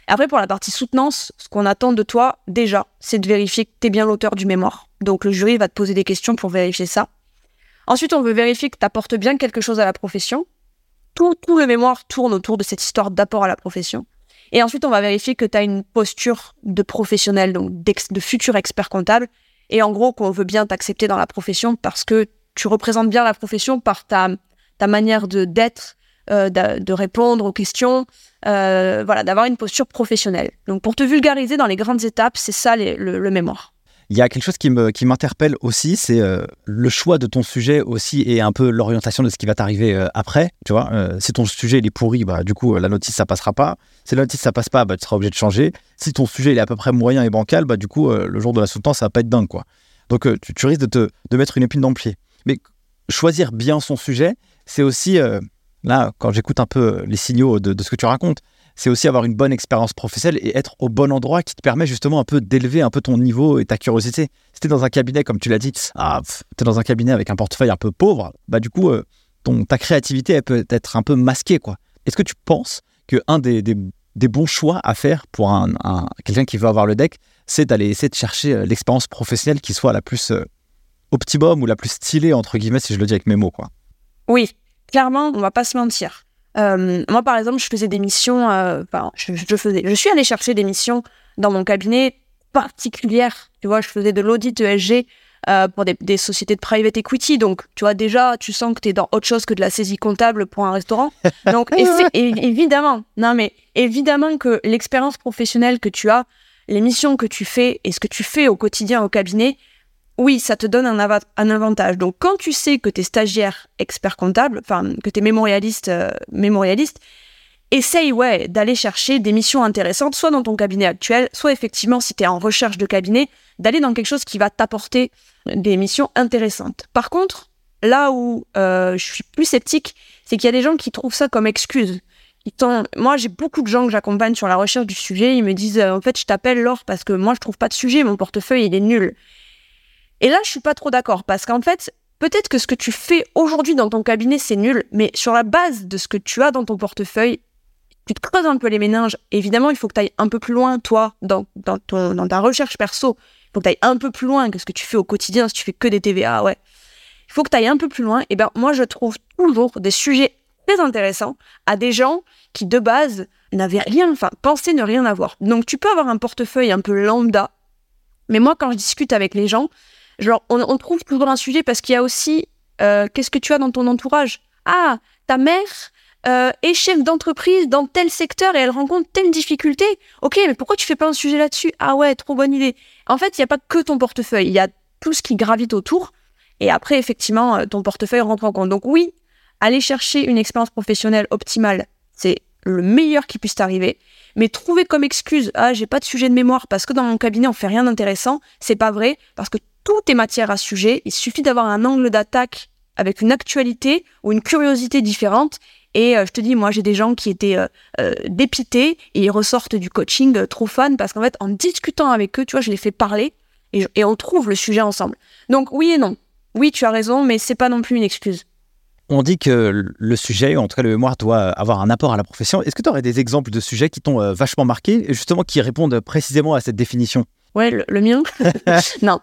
[SPEAKER 2] Après, pour la partie soutenance, ce qu'on attend de toi, déjà, c'est de vérifier que tu es bien l'auteur du mémoire. Donc, le jury va te poser des questions pour vérifier ça. Ensuite, on veut vérifier que tu apportes bien quelque chose à la profession. Tout le mémoire tourne autour de cette histoire d'apport à la profession. Et ensuite, on va vérifier que tu as une posture de professionnel, donc de futur expert comptable. Et en gros, qu'on veut bien t'accepter dans la profession parce que tu représentes bien la profession par ta manière d'être, de répondre aux questions, d'avoir une posture professionnelle. Donc, pour te vulgariser dans les grandes étapes, c'est ça le mémoire.
[SPEAKER 3] Il y a quelque chose qui m'interpelle aussi, c'est le choix de ton sujet aussi et un peu l'orientation de ce qui va t'arriver après. Tu vois, si ton sujet il est pourri, du coup la notice ça passera pas. Si la notice ça passe pas, tu seras obligé de changer. Si ton sujet il est à peu près moyen et bancal, du coup le jour de la soutenance ça va pas être dingue quoi. Donc tu risques de mettre une épine dans le pied. Mais choisir bien son sujet, c'est aussi là quand j'écoute un peu les signaux de ce que tu racontes. C'est aussi avoir une bonne expérience professionnelle et être au bon endroit qui te permet justement un peu d'élever un peu ton niveau et ta curiosité. Si t'es dans un cabinet, comme tu l'as dit, t'es dans un cabinet avec un portefeuille un peu pauvre, du coup, ta créativité, elle peut être un peu masquée, quoi. Est-ce que tu penses qu'un des bons choix à faire pour quelqu'un qui veut avoir le deck, c'est d'aller essayer de chercher l'expérience professionnelle qui soit la plus optimum ou la plus stylée, entre guillemets, si je le dis avec mes mots, quoi.
[SPEAKER 2] Oui, clairement, on va pas se mentir. Moi, par exemple, je faisais des missions, je suis allée chercher des missions dans mon cabinet particulières. Tu vois, je faisais de l'audit ESG pour des sociétés de private equity. Donc, tu vois, déjà, tu sens que tu es dans autre chose que de la saisie comptable pour un restaurant. Donc, évidemment que l'expérience professionnelle que tu as, les missions que tu fais et ce que tu fais au quotidien au cabinet, oui, ça te donne un avantage. Donc, quand tu sais que tu es stagiaire expert comptable, que tu es mémorialiste, essaye d'aller chercher des missions intéressantes, soit dans ton cabinet actuel, soit effectivement, si tu es en recherche de cabinet, d'aller dans quelque chose qui va t'apporter des missions intéressantes. Par contre, là où je suis plus sceptique, c'est qu'il y a des gens qui trouvent ça comme excuse. Moi, j'ai beaucoup de gens que j'accompagne sur la recherche du sujet, ils me disent « En fait, je t'appelle Laure parce que moi, je trouve pas de sujet, mon portefeuille, il est nul. » Et là, je suis pas trop d'accord parce qu'en fait, peut-être que ce que tu fais aujourd'hui dans ton cabinet, c'est nul, mais sur la base de ce que tu as dans ton portefeuille, tu te creuses un peu les méninges. Évidemment, il faut que tu ailles un peu plus loin, toi, dans ta recherche perso. Il faut que tu ailles un peu plus loin que ce que tu fais au quotidien si tu fais que des TVA, ouais. Il faut que tu ailles un peu plus loin. Et moi, je trouve toujours des sujets très intéressants à des gens qui, de base, pensaient ne rien avoir. Donc, tu peux avoir un portefeuille un peu lambda, mais moi, quand je discute avec les gens, on trouve toujours un sujet parce qu'il y a aussi qu'est-ce que tu as dans ton entourage. Ah, ta mère est chef d'entreprise dans tel secteur et elle rencontre telle difficulté. Ok, mais pourquoi tu fais pas un sujet là-dessus? Ah ouais, trop bonne idée. En fait, il n'y a pas que ton portefeuille, il y a tout ce qui gravite autour. Et après, effectivement, ton portefeuille rentre en compte. Donc oui, aller chercher une expérience professionnelle optimale, c'est le meilleur qui puisse t'arriver. Mais trouver comme excuse, j'ai pas de sujet de mémoire parce que dans mon cabinet, on fait rien d'intéressant, c'est pas vrai, parce que tout est matière à sujet. Il suffit d'avoir un angle d'attaque avec une actualité ou une curiosité différente. Et je te dis, moi, j'ai des gens qui étaient dépités et ils ressortent du coaching trop fans parce qu'en fait, en discutant avec eux, tu vois, je les fais parler et on trouve le sujet ensemble. Donc, oui et non. Oui, tu as raison, mais c'est pas non plus une excuse.
[SPEAKER 3] On dit que le sujet, ou en tout cas le mémoire, doit avoir un apport à la profession. Est-ce que tu aurais des exemples de sujets qui t'ont vachement marqué et justement qui répondent précisément à cette définition?
[SPEAKER 2] Ouais, le mien. Non.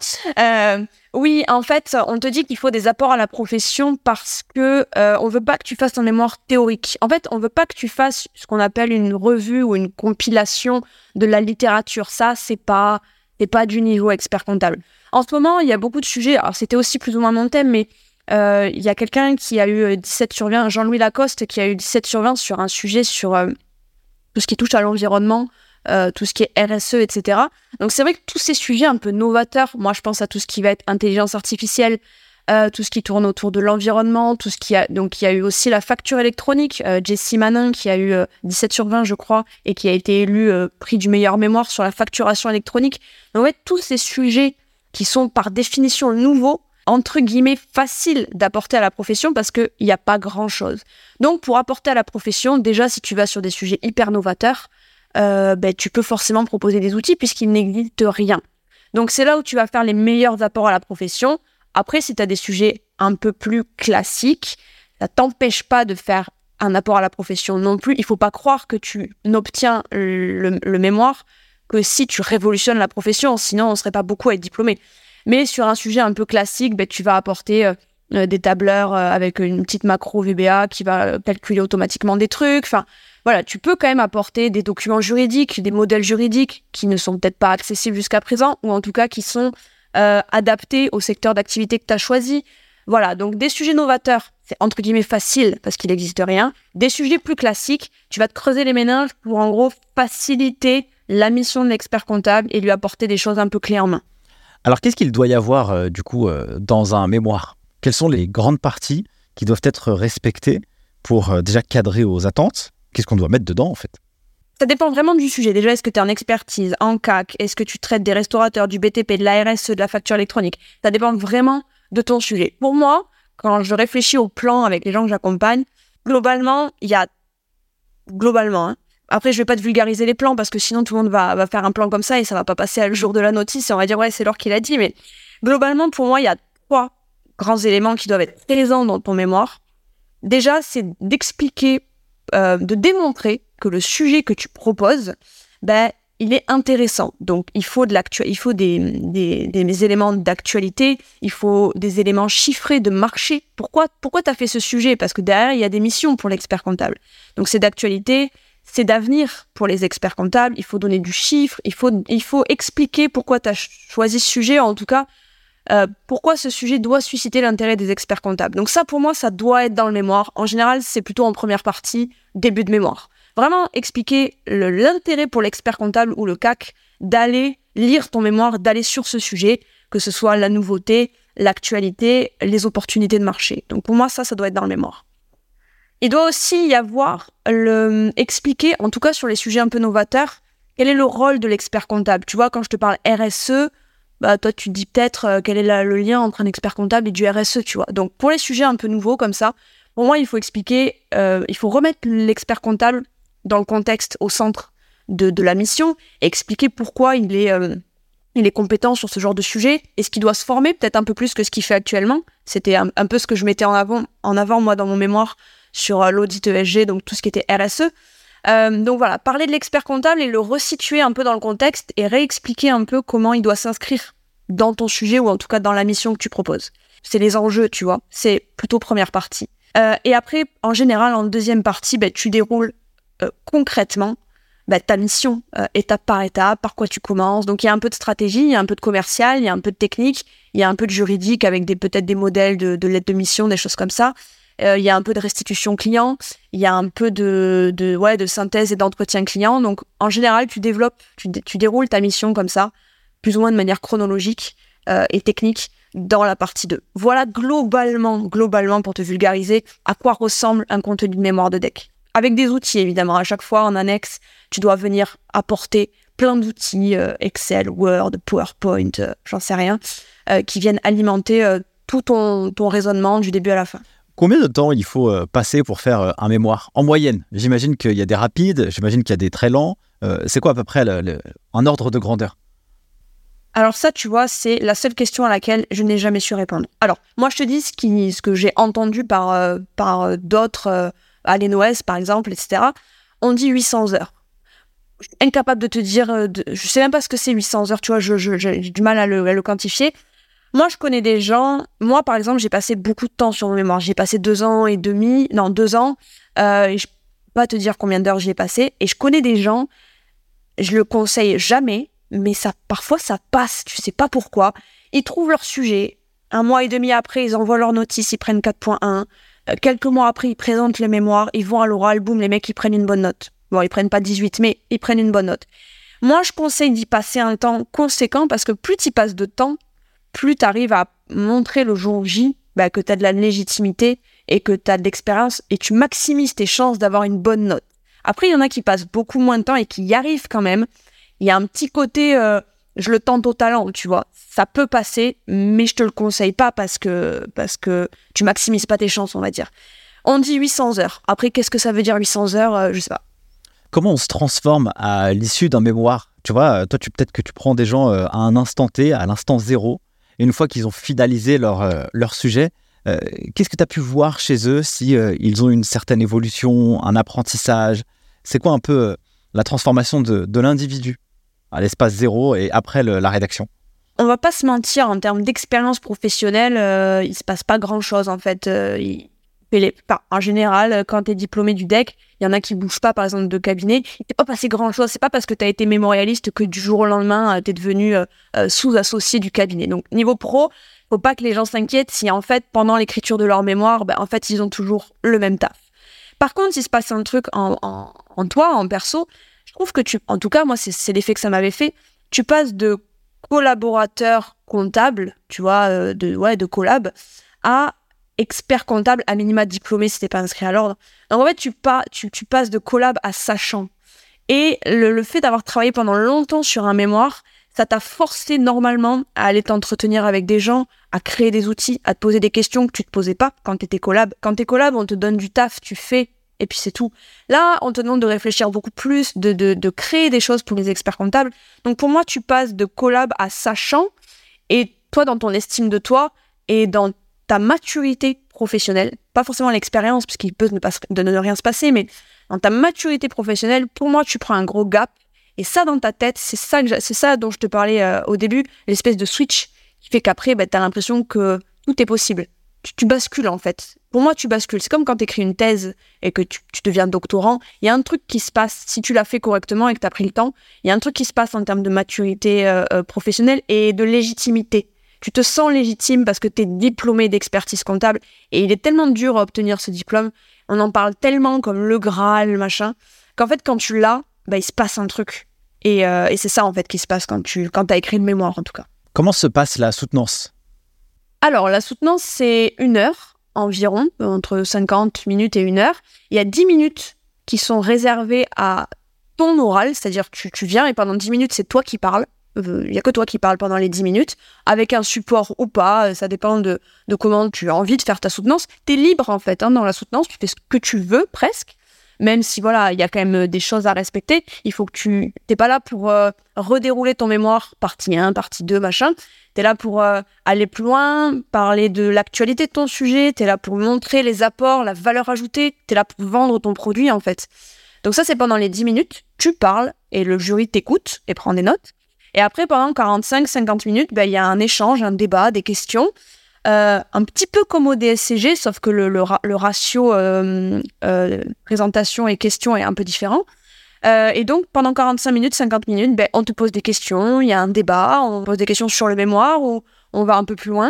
[SPEAKER 2] Oui, en fait, on te dit qu'il faut des apports à la profession parce que on veut pas que tu fasses ton mémoire théorique. En fait, on veut pas que tu fasses ce qu'on appelle une revue ou une compilation de la littérature. Ça, c'est pas du niveau expert comptable. En ce moment, il y a beaucoup de sujets. Alors, c'était aussi plus ou moins mon thème, mais il y a quelqu'un qui a eu 17/20, Jean-Louis Lacoste, qui a eu 17/20 sur un sujet sur tout ce qui touche à l'environnement, tout ce qui est RSE, etc. Donc c'est vrai que tous ces sujets un peu novateurs, moi je pense à tout ce qui va être intelligence artificielle, tout ce qui tourne autour de l'environnement, tout ce qui a... Donc il y a eu aussi la facture électronique, Jessie Manin qui a eu 17/20 je crois, et qui a été élue prix du meilleur mémoire sur la facturation électronique. Donc en fait, tous ces sujets qui sont par définition nouveaux, entre guillemets, faciles d'apporter à la profession parce qu'il n'y a pas grand-chose. Donc pour apporter à la profession, déjà si tu vas sur des sujets hyper novateurs, tu peux forcément proposer des outils puisqu'il n'existe rien. Donc c'est là où tu vas faire les meilleurs apports à la profession. Après, si tu as des sujets un peu plus classiques, ça t'empêche pas de faire un apport à la profession non plus. Il faut pas croire que tu n'obtiens le mémoire que si tu révolutionnes la profession, sinon on serait pas beaucoup à être diplômé. Mais sur un sujet un peu classique, tu vas apporter des tableurs avec une petite macro VBA qui va calculer automatiquement des trucs. Enfin, voilà, tu peux quand même apporter des documents juridiques, des modèles juridiques qui ne sont peut-être pas accessibles jusqu'à présent, ou en tout cas qui sont adaptés au secteur d'activité que tu as choisi. Voilà, donc des sujets novateurs, c'est entre guillemets facile parce qu'il n'existe rien. Des sujets plus classiques, tu vas te creuser les méninges pour en gros faciliter la mission de l'expert comptable et lui apporter des choses un peu clés en main.
[SPEAKER 3] Alors, qu'est-ce qu'il doit y avoir dans un mémoire ? Quelles sont les grandes parties qui doivent être respectées pour déjà cadrer aux attentes ? Qu'est-ce qu'on doit mettre dedans, en fait ?
[SPEAKER 2] Ça dépend vraiment du sujet. Déjà, est-ce que tu es en expertise, en CAC ? Est-ce que tu traites des restaurateurs, du BTP, de la RSE, de la facture électronique ? Ça dépend vraiment de ton sujet. Pour moi, quand je réfléchis au plan avec les gens que j'accompagne, globalement, il y a... Après, je vais pas te vulgariser les plans parce que sinon tout le monde va faire un plan comme ça et ça va pas passer à le jour de la notice et on va dire ouais, c'est Laure qui l'a dit. Mais globalement, pour moi, il y a 3 grands éléments qui doivent être présents dans ton mémoire. Déjà, c'est d'expliquer, de démontrer que le sujet que tu proposes, il est intéressant. Donc, il faut des éléments d'actualité, il faut des éléments chiffrés de marché. Pourquoi tu as fait ce sujet ? Parce que derrière, il y a des missions pour l'expert comptable. Donc, c'est d'actualité, c'est d'avenir pour les experts comptables. Il faut donner du chiffre, il faut expliquer pourquoi tu as choisi ce sujet, en tout cas, pourquoi ce sujet doit susciter l'intérêt des experts comptables. Donc ça, pour moi, ça doit être dans le mémoire. En général, c'est plutôt en première partie, début de mémoire. Vraiment expliquer l'intérêt pour l'expert comptable ou le CAC d'aller lire ton mémoire, d'aller sur ce sujet, que ce soit la nouveauté, l'actualité, les opportunités de marché. Donc pour moi, ça doit être dans le mémoire. Il doit aussi y avoir expliquer, en tout cas sur les sujets un peu novateurs, quel est le rôle de l'expert comptable. Tu vois, quand je te parle RSE, toi, tu te dis peut-être quel est le lien entre un expert comptable et du RSE, tu vois. Donc, pour les sujets un peu nouveaux comme ça, pour moi, il faut expliquer, il faut remettre l'expert comptable dans le contexte, au centre de la mission, et expliquer pourquoi il est compétent sur ce genre de sujet, et ce qu'il doit se former, peut-être un peu plus que ce qu'il fait actuellement. C'était un peu ce que je mettais en avant, moi, dans mon mémoire, sur l'audit ESG, donc tout ce qui était RSE. Donc voilà, parler de l'expert comptable et le resituer un peu dans le contexte et réexpliquer un peu comment il doit s'inscrire dans ton sujet ou en tout cas dans la mission que tu proposes. C'est les enjeux, tu vois, c'est plutôt première partie. Et après, en général, en deuxième partie, tu déroules concrètement ta mission, étape par étape, par quoi tu commences. Donc il y a un peu de stratégie, il y a un peu de commercial, il y a un peu de technique, il y a un peu de juridique avec peut-être des modèles de lettres de mission, des choses comme ça. Il y a un peu de restitution client, il y a un peu de synthèse et d'entretien client. Donc, en général, tu déroules ta mission comme ça, plus ou moins de manière chronologique et technique dans la partie 2. Voilà globalement, pour te vulgariser, à quoi ressemble un contenu de mémoire de DEC. Avec des outils, évidemment. À chaque fois, en annexe, tu dois venir apporter plein d'outils, Excel, Word, PowerPoint, j'en sais rien, qui viennent alimenter tout ton raisonnement du début à la fin.
[SPEAKER 3] Combien de temps il faut passer pour faire un mémoire ? En moyenne, j'imagine qu'il y a des rapides, j'imagine qu'il y a des très lents. C'est quoi à peu près un ordre de grandeur ?
[SPEAKER 2] Alors ça, tu vois, c'est la seule question à laquelle je n'ai jamais su répondre. Alors, moi, je te dis ce que j'ai entendu par d'autres, à l'ENOS, par exemple, etc. On dit 800 heures. Je suis incapable de te dire... je sais même pas ce que c'est 800 heures, tu vois, j'ai du mal à le quantifier. Moi, je connais des gens... Moi, par exemple, j'ai passé beaucoup de temps sur mon mémoire. J'ai passé 2 ans. Et je ne peux pas te dire combien d'heures j'y ai passé. Et je connais des gens, je le conseille jamais, mais parfois, ça passe. Tu sais pas pourquoi. Ils trouvent leur sujet. 1 mois et demi après, ils envoient leur notice, ils prennent 4.1. Quelques mois après, ils présentent le mémoire. Ils vont à l'oral, boum, les mecs, ils prennent une bonne note. Bon, ils prennent pas 18, mais ils prennent une bonne note. Moi, je conseille d'y passer un temps conséquent parce que plus tu y passes de temps, plus tu arrives à montrer le jour J que tu as de la légitimité et que tu as de l'expérience et tu maximises tes chances d'avoir une bonne note. Après, il y en a qui passent beaucoup moins de temps et qui y arrivent quand même. Il y a un petit côté, je le tente au talent, tu vois. Ça peut passer, mais je te le conseille pas parce que tu maximises pas tes chances, on va dire. On dit 800 heures. Après, qu'est-ce que ça veut dire 800 heures Je sais pas.
[SPEAKER 3] Comment on se transforme à l'issue d'un mémoire ? Tu vois, toi, peut-être que tu prends des gens à un instant T, à l'instant zéro. Et une fois qu'ils ont finalisé leur sujet, Qu'est-ce que tu as pu voir chez eux si ils ont une certaine évolution, un apprentissage? C'est quoi un peu la transformation de l'individu à l'espace zéro et après la rédaction?
[SPEAKER 2] On va pas se mentir, en termes d'expérience professionnelle, il se passe pas grand-chose en fait. En général, quand tu es diplômé du DEC, il y en a qui bougent pas, par exemple, de cabinet. Il t'est pas passé grand-chose. C'est pas parce que tu as été mémorialiste que du jour au lendemain, tu es devenu sous-associé du cabinet. Donc, niveau pro, faut pas que les gens s'inquiètent si, en fait, pendant l'écriture de leur mémoire, en fait, ils ont toujours le même taf. Par contre, il se passe un truc en toi, en perso. Je trouve que en tout cas, moi, c'est l'effet que ça m'avait fait. Tu passes de collaborateur comptable, tu vois, de collab, à expert comptable, à minima diplômé si t'es pas inscrit à l'ordre. Donc en fait, tu passes de collab à sachant. Et le fait d'avoir travaillé pendant longtemps sur un mémoire, ça t'a forcé normalement à aller t'entretenir avec des gens, à créer des outils, à te poser des questions que tu te posais pas quand t'étais collab. Quand t'es collab, on te donne du taf, tu fais, et puis c'est tout. Là, on te demande de réfléchir beaucoup plus, de créer des choses pour les experts comptables. Donc pour moi, tu passes de collab à sachant, et toi, dans ton estime de toi, et dans ta maturité professionnelle, pas forcément l'expérience, parce qu'il peut ne rien se passer, mais dans ta maturité professionnelle, pour moi, tu prends un gros gap. Et ça, dans ta tête, c'est ça dont je te parlais au début, l'espèce de switch qui fait qu'après, tu as l'impression que tout est possible. Tu bascules, en fait. Pour moi, tu bascules. C'est comme quand tu écris une thèse et que tu deviens doctorant. Il y a un truc qui se passe, si tu l'as fait correctement et que tu as pris le temps, il y a un truc qui se passe en termes de maturité professionnelle et de légitimité. Tu te sens légitime parce que tu es diplômé d'expertise comptable et il est tellement dur à obtenir ce diplôme, on en parle tellement comme le Graal, machin, qu'en fait, quand tu l'as, il se passe un truc. Et c'est ça, en fait, qui se passe quand t'as écrit le mémoire, en tout cas.
[SPEAKER 3] Comment se passe la soutenance?
[SPEAKER 2] Alors, la soutenance, c'est 1 heure environ, entre 50 minutes et 1 heure. Il y a 10 minutes qui sont réservées à ton oral, c'est-à-dire que tu viens et pendant 10 minutes, c'est toi qui parles. Il n'y a que toi qui parles pendant les 10 minutes, avec un support ou pas, ça dépend de comment tu as envie de faire ta soutenance. Tu es libre, en fait, dans la soutenance, tu fais ce que tu veux, presque. Même si, voilà, il y a quand même des choses à respecter, il faut que t'es pas là pour redérouler ton mémoire, partie 1, partie 2, machin. T'es là pour aller plus loin, parler de l'actualité de ton sujet, t'es là pour montrer les apports, la valeur ajoutée, t'es là pour vendre ton produit, en fait. Donc ça, c'est pendant les 10 minutes, tu parles et le jury t'écoute et prend des notes. Et après, pendant 45-50 minutes, il y a un échange, un débat, des questions. Un petit peu comme au DSCG, sauf que le ratio présentation et questions est un peu différent. Et donc, pendant 45 minutes, 50 minutes, on te pose des questions, il y a un débat, on pose des questions sur le mémoire ou on va un peu plus loin.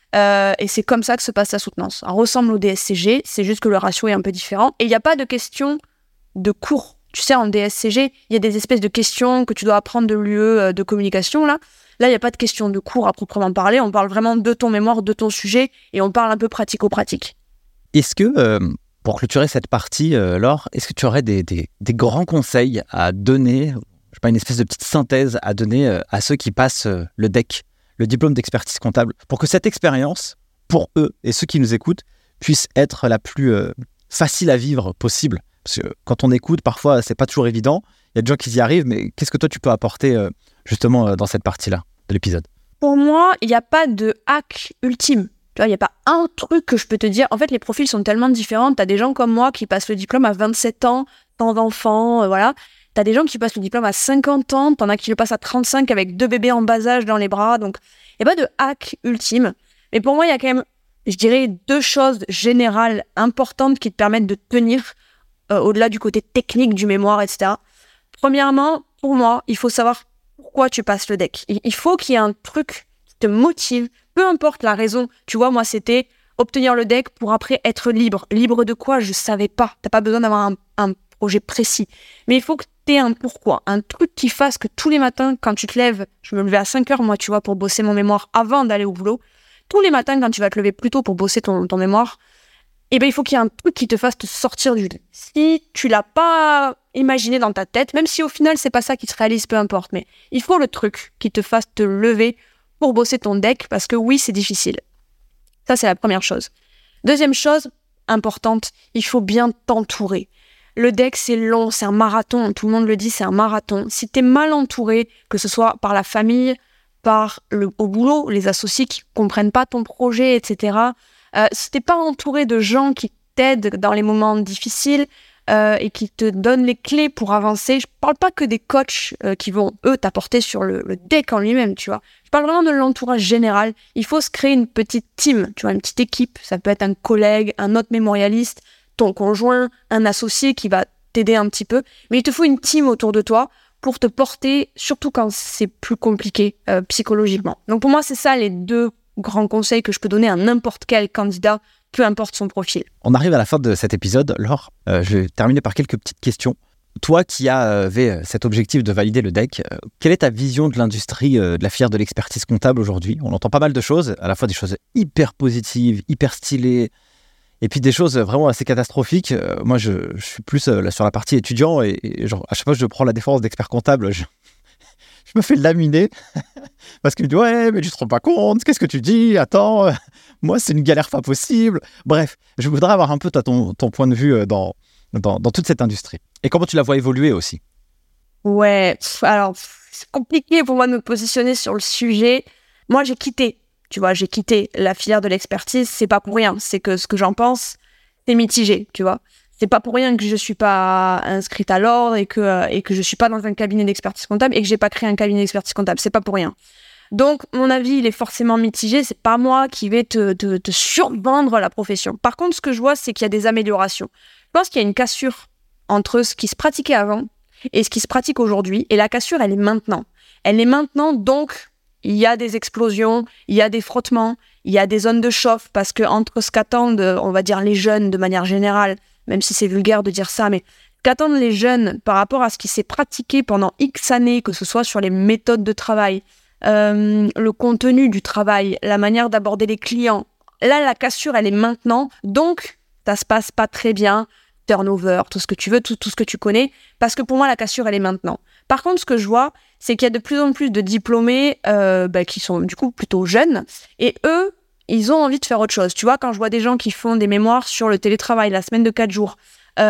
[SPEAKER 2] Et c'est comme ça que se passe la soutenance. Ça ressemble au DSCG, c'est juste que le ratio est un peu différent. Et il n'y a pas de questions de cours. Tu sais, en DSCG, il y a des espèces de questions que tu dois apprendre de l'UE de communication, là. Là, il n'y a pas de question de cours à proprement parler. On parle vraiment de ton mémoire, de ton sujet, et on parle un peu pratico-pratique.
[SPEAKER 3] Est-ce que, pour clôturer cette partie, Laure, est-ce que tu aurais des grands conseils à donner, une espèce de petite synthèse à donner à ceux qui passent le DEC, le diplôme d'expertise comptable, pour que cette expérience, pour eux et ceux qui nous écoutent, puisse être la plus facile à vivre possible? Parce que quand on écoute, parfois, c'est pas toujours évident. Il y a des gens qui y arrivent, mais qu'est-ce que toi, tu peux apporter justement dans cette partie-là de l'épisode?
[SPEAKER 2] Pour moi, il n'y a pas de hack ultime. Tu vois, il n'y a pas un truc que je peux te dire. En fait, les profils sont tellement différents. Tu as des gens comme moi qui passent le diplôme à 27 ans, sans enfants, voilà. Tu as des gens qui passent le diplôme à 50 ans, t'en as qui le passent à 35 avec 2 bébés en bas âge dans les bras. Donc, il n'y a pas de hack ultime. Mais pour moi, il y a quand même, je dirais, 2 choses générales importantes qui te permettent de tenir au-delà du côté technique du mémoire, etc. Premièrement, pour moi, il faut savoir pourquoi tu passes le DEC. Il faut qu'il y ait un truc qui te motive, peu importe la raison. Tu vois, moi, c'était obtenir le DEC pour après être libre. Libre de quoi? Je savais pas. T'as pas besoin d'avoir un projet précis. Mais il faut que tu aies un pourquoi, un truc qui fasse que tous les matins, quand tu te lèves, je me levais à 5h, moi, tu vois, pour bosser mon mémoire avant d'aller au boulot. Tous les matins, quand tu vas te lever plus tôt pour bosser ton mémoire, il faut qu'il y ait un truc qui te fasse te sortir du lit. Si tu l'as pas imaginé dans ta tête, même si au final c'est pas ça qui se réalise, peu importe, mais il faut le truc qui te fasse te lever pour bosser ton DEC, parce que oui, c'est difficile. Ça, c'est la première chose. Deuxième chose importante, il faut bien t'entourer. Le DEC, c'est long, c'est un marathon, tout le monde le dit, c'est un marathon. Si t'es mal entouré, que ce soit par la famille, au boulot, les associés qui comprennent pas ton projet, etc., Si t'es pas entouré de gens qui t'aident dans les moments difficiles et qui te donnent les clés pour avancer, je parle pas que des coachs qui vont, eux, t'apporter sur le deck en lui-même, tu vois. Je parle vraiment de l'entourage général. Il faut se créer une petite team, tu vois, une petite équipe. Ça peut être un collègue, un autre mémorialiste, ton conjoint, un associé qui va t'aider un petit peu. Mais il te faut une team autour de toi pour te porter, surtout quand c'est plus compliqué psychologiquement. Donc pour moi, c'est ça les 2 grands conseils que je peux donner à n'importe quel candidat, peu importe son profil.
[SPEAKER 3] On arrive à la fin de cet épisode. Laure, je vais terminer par quelques petites questions. Toi qui avais cet objectif de valider le deck, quelle est ta vision de l'industrie de la filière de l'expertise comptable aujourd'hui ? On entend pas mal de choses, à la fois des choses hyper positives, hyper stylées, et puis des choses vraiment assez catastrophiques. Moi, je suis plus sur la partie étudiant, et genre, à chaque fois que je prends la défense d'expert comptable, je me fais laminer, parce qu'il me dit « Ouais, mais tu te rends pas compte, qu'est-ce que tu dis ? Attends, moi, c'est une galère pas possible. » Bref, je voudrais avoir un peu toi, ton point de vue dans toute cette industrie. Et comment tu la vois évoluer aussi ?
[SPEAKER 2] Ouais, alors, c'est compliqué pour moi de me positionner sur le sujet. Moi, j'ai quitté la filière de l'expertise. C'est pas pour rien. C'est que ce que j'en pense, c'est mitigé, tu vois. C'est pas pour rien que je suis pas inscrite à l'ordre et que je suis pas dans un cabinet d'expertise comptable et que j'ai pas créé un cabinet d'expertise comptable. C'est pas pour rien. Donc, mon avis, il est forcément mitigé. C'est pas moi qui vais te survendre la profession. Par contre, ce que je vois, c'est qu'il y a des améliorations. Je pense qu'il y a une cassure entre ce qui se pratiquait avant et ce qui se pratique aujourd'hui. Et la cassure, elle est maintenant. Elle est maintenant, donc, il y a des explosions, il y a des frottements, il y a des zones de chauffe, parce que entre ce qu'attendent, on va dire, les jeunes de manière générale, même si c'est vulgaire de dire ça, mais qu'attendent les jeunes par rapport à ce qui s'est pratiqué pendant X années, que ce soit sur les méthodes de travail, le contenu du travail, la manière d'aborder les clients. Là, la cassure, elle est maintenant, donc ça se passe pas très bien, turnover, tout ce que tu veux, tout ce que tu connais, parce que pour moi, la cassure, elle est maintenant. Par contre, ce que je vois, c'est qu'il y a de plus en plus de diplômés qui sont du coup plutôt jeunes, et eux, ils ont envie de faire autre chose. Tu vois, quand je vois des gens qui font des mémoires sur le télétravail, la semaine de 4 jours,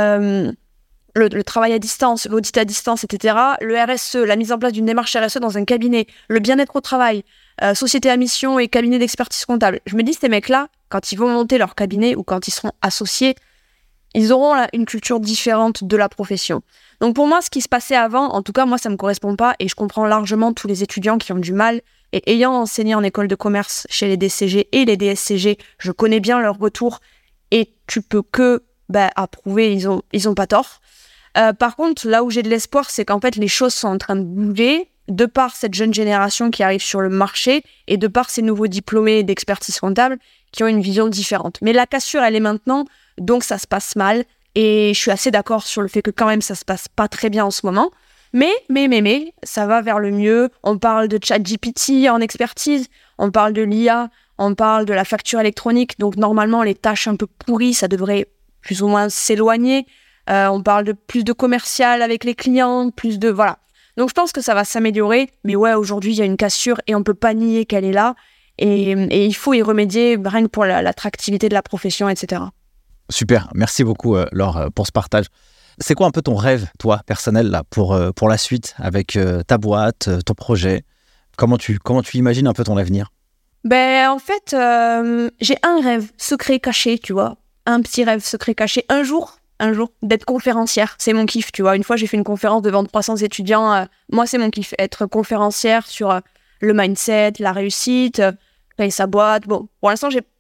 [SPEAKER 2] le travail à distance, l'audit à distance, etc., le RSE, la mise en place d'une démarche RSE dans un cabinet, le bien-être au travail, société à mission et cabinet d'expertise comptable. Je me dis, ces mecs-là, quand ils vont monter leur cabinet ou quand ils seront associés, ils auront là une culture différente de la profession. Donc pour moi, ce qui se passait avant, en tout cas, moi, ça ne me correspond pas et je comprends largement tous les étudiants qui ont du mal. Et ayant enseigné en école de commerce chez les DCG et les DSCG, je connais bien leur retour et tu peux que approuver, ils ont pas tort. Par contre, là où j'ai de l'espoir, c'est qu'en fait, les choses sont en train de bouger de par cette jeune génération qui arrive sur le marché et de par ces nouveaux diplômés d'expertise comptable qui ont une vision différente. Mais la cassure, elle est maintenant, donc ça se passe mal. Et je suis assez d'accord sur le fait que quand même, ça se passe pas très bien en ce moment. Mais, ça va vers le mieux. On parle de ChatGPT en expertise, on parle de l'IA, on parle de la facture électronique. Donc normalement, les tâches un peu pourries, ça devrait plus ou moins s'éloigner. On parle de plus de commercial avec les clients, plus de... Voilà. Donc je pense que ça va s'améliorer. Mais ouais, aujourd'hui, il y a une cassure et on peut pas nier qu'elle est là. Et il faut y remédier, rien que pour l'attractivité de la profession, etc.
[SPEAKER 3] Super, merci beaucoup Laure pour ce partage. C'est quoi un peu ton rêve, toi, personnel, là, pour la suite, avec ta boîte, ton projet ? Comment tu imagines un peu ton avenir ?
[SPEAKER 2] En fait, j'ai un rêve secret caché, tu vois. Un petit rêve secret caché. Un jour, d'être conférencière. C'est mon kiff, tu vois. Une fois, j'ai fait une conférence devant 300 étudiants. Moi, c'est mon kiff, être conférencière sur le mindset, la réussite, créer sa boîte. Bon, pour l'instant, j'ai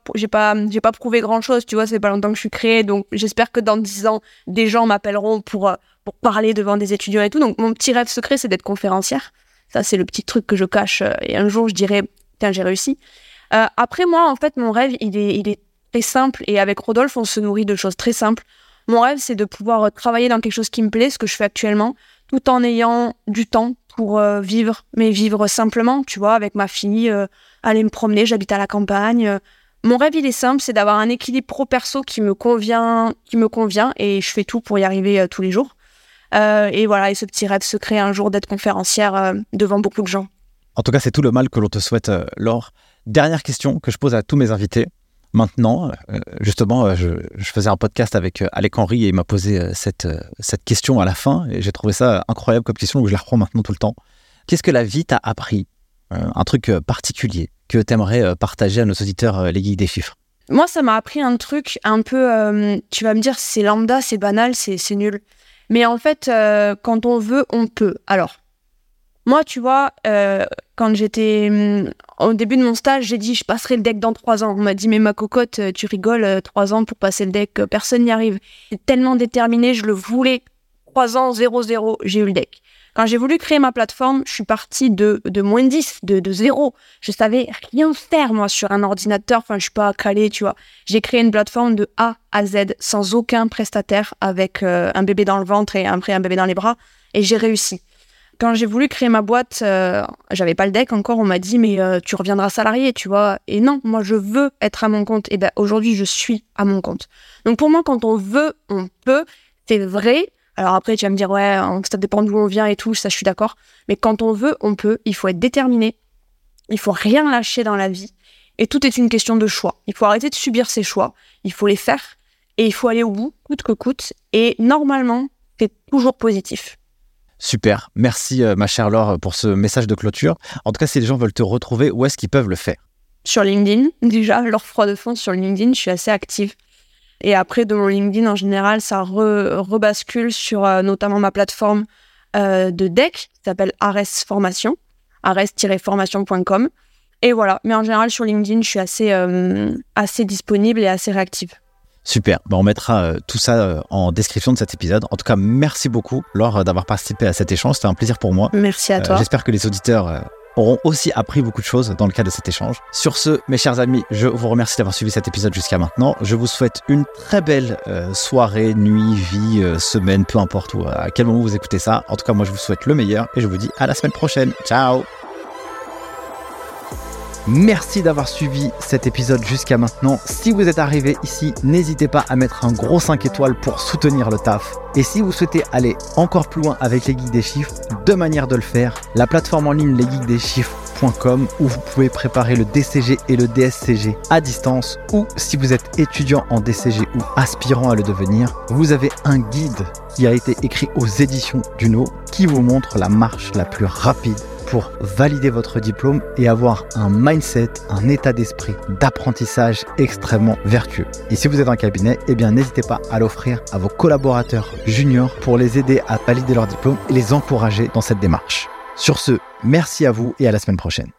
[SPEAKER 2] pas prouvé grand chose, tu vois, c'est pas longtemps que je suis créée, donc j'espère que dans 10 ans, des gens m'appelleront pour parler devant des étudiants et tout. Donc mon petit rêve secret, c'est d'être conférencière. Ça, c'est le petit truc que je cache et un jour, je dirais, tiens, j'ai réussi. Après, moi, en fait, mon rêve, il est très simple et avec Rodolphe, on se nourrit de choses très simples. Mon rêve, c'est de pouvoir travailler dans quelque chose qui me plaît, ce que je fais actuellement, tout en ayant du temps pour vivre, mais vivre simplement, tu vois, avec ma fille, aller me promener, j'habite à la campagne. Mon rêve, il est simple, c'est d'avoir un équilibre pro-perso qui me convient et je fais tout pour y arriver tous les jours. Et voilà, et ce petit rêve secret un jour d'être conférencière devant beaucoup de gens.
[SPEAKER 3] En tout cas, c'est tout le mal que l'on te souhaite, Laure. Dernière question que je pose à tous mes invités. Maintenant, justement, je faisais un podcast avec Alec Henry et il m'a posé cette question à la fin et j'ai trouvé ça incroyable comme question, donc je la reprends maintenant tout le temps. Qu'est-ce que la vie t'a appris ? Un truc particulier que tu aimerais partager à nos auditeurs, les geeks des chiffres ?
[SPEAKER 2] Moi, ça m'a appris un truc un peu... tu vas me dire, c'est lambda, c'est banal, c'est nul. Mais en fait, quand on veut, on peut. Alors, moi, tu vois, quand j'étais au début de mon stage, j'ai dit je passerai le deck dans 3 ans. On m'a dit mais ma cocotte, tu rigoles, 3 ans pour passer le deck, personne n'y arrive. J'étais tellement déterminée, je le voulais. 3 ans, 0, j'ai eu le deck. Quand j'ai voulu créer ma plateforme, je suis partie de moins 10, de 0. Je savais rien faire, moi, sur un ordinateur. Enfin, je suis pas calée, tu vois. J'ai créé une plateforme de A à Z, sans aucun prestataire, avec un bébé dans le ventre et après un bébé dans les bras. Et j'ai réussi. Quand j'ai voulu créer ma boîte, j'avais pas le deck encore. On m'a dit, mais tu reviendras salarié, tu vois. Et non, moi, je veux être à mon compte. Et ben, aujourd'hui, je suis à mon compte. Donc, pour moi, quand on veut, on peut. C'est vrai. Alors après, tu vas me dire, ouais, ça dépend d'où on vient et tout, ça, je suis d'accord. Mais quand on veut, on peut. Il faut être déterminé. Il faut rien lâcher dans la vie. Et tout est une question de choix. Il faut arrêter de subir ses choix. Il faut les faire. Et il faut aller au bout, coûte que coûte. Et normalement, c'est toujours positif.
[SPEAKER 3] Super. Merci, ma chère Laure, pour ce message de clôture. En tout cas, si les gens veulent te retrouver, où est-ce qu'ils peuvent le faire ?
[SPEAKER 2] Sur LinkedIn, déjà, Laure Froidefond sur LinkedIn, je suis assez active. Et après, de mon LinkedIn, en général, ça rebascule sur notamment ma plateforme de deck qui s'appelle Ares Formation, ares-formation.com. Et voilà. Mais en général, sur LinkedIn, je suis assez disponible et assez réactive.
[SPEAKER 3] Super. On mettra tout ça en description de cet épisode. En tout cas, merci beaucoup, Laure, d'avoir participé à cet échange. C'était un plaisir pour moi.
[SPEAKER 2] Merci à toi.
[SPEAKER 3] J'espère que les auditeurs auront aussi appris beaucoup de choses dans le cadre de cet échange. Sur ce, mes chers amis, je vous remercie d'avoir suivi cet épisode jusqu'à maintenant. Je vous souhaite une très belle soirée, nuit, vie, semaine, peu importe où, à quel moment vous écoutez ça. En tout cas, moi, je vous souhaite le meilleur et je vous dis à la semaine prochaine. Ciao! Merci d'avoir suivi cet épisode jusqu'à maintenant. Si vous êtes arrivé ici, n'hésitez pas à mettre un gros 5 étoiles pour soutenir le taf. Et si vous souhaitez aller encore plus loin avec les geeks des chiffres, deux manières de le faire. La plateforme en ligne lesgeeksdeschiffres.com où vous pouvez préparer le DCG et le DSCG à distance, ou si vous êtes étudiant en DCG ou aspirant à le devenir, vous avez un guide qui a été écrit aux éditions Duno qui vous montre la marche la plus rapide pour valider votre diplôme et avoir un mindset, un état d'esprit d'apprentissage extrêmement vertueux. Et si vous êtes en cabinet, n'hésitez pas à l'offrir à vos collaborateurs juniors pour les aider à valider leur diplôme et les encourager dans cette démarche. Sur ce, merci à vous et à la semaine prochaine.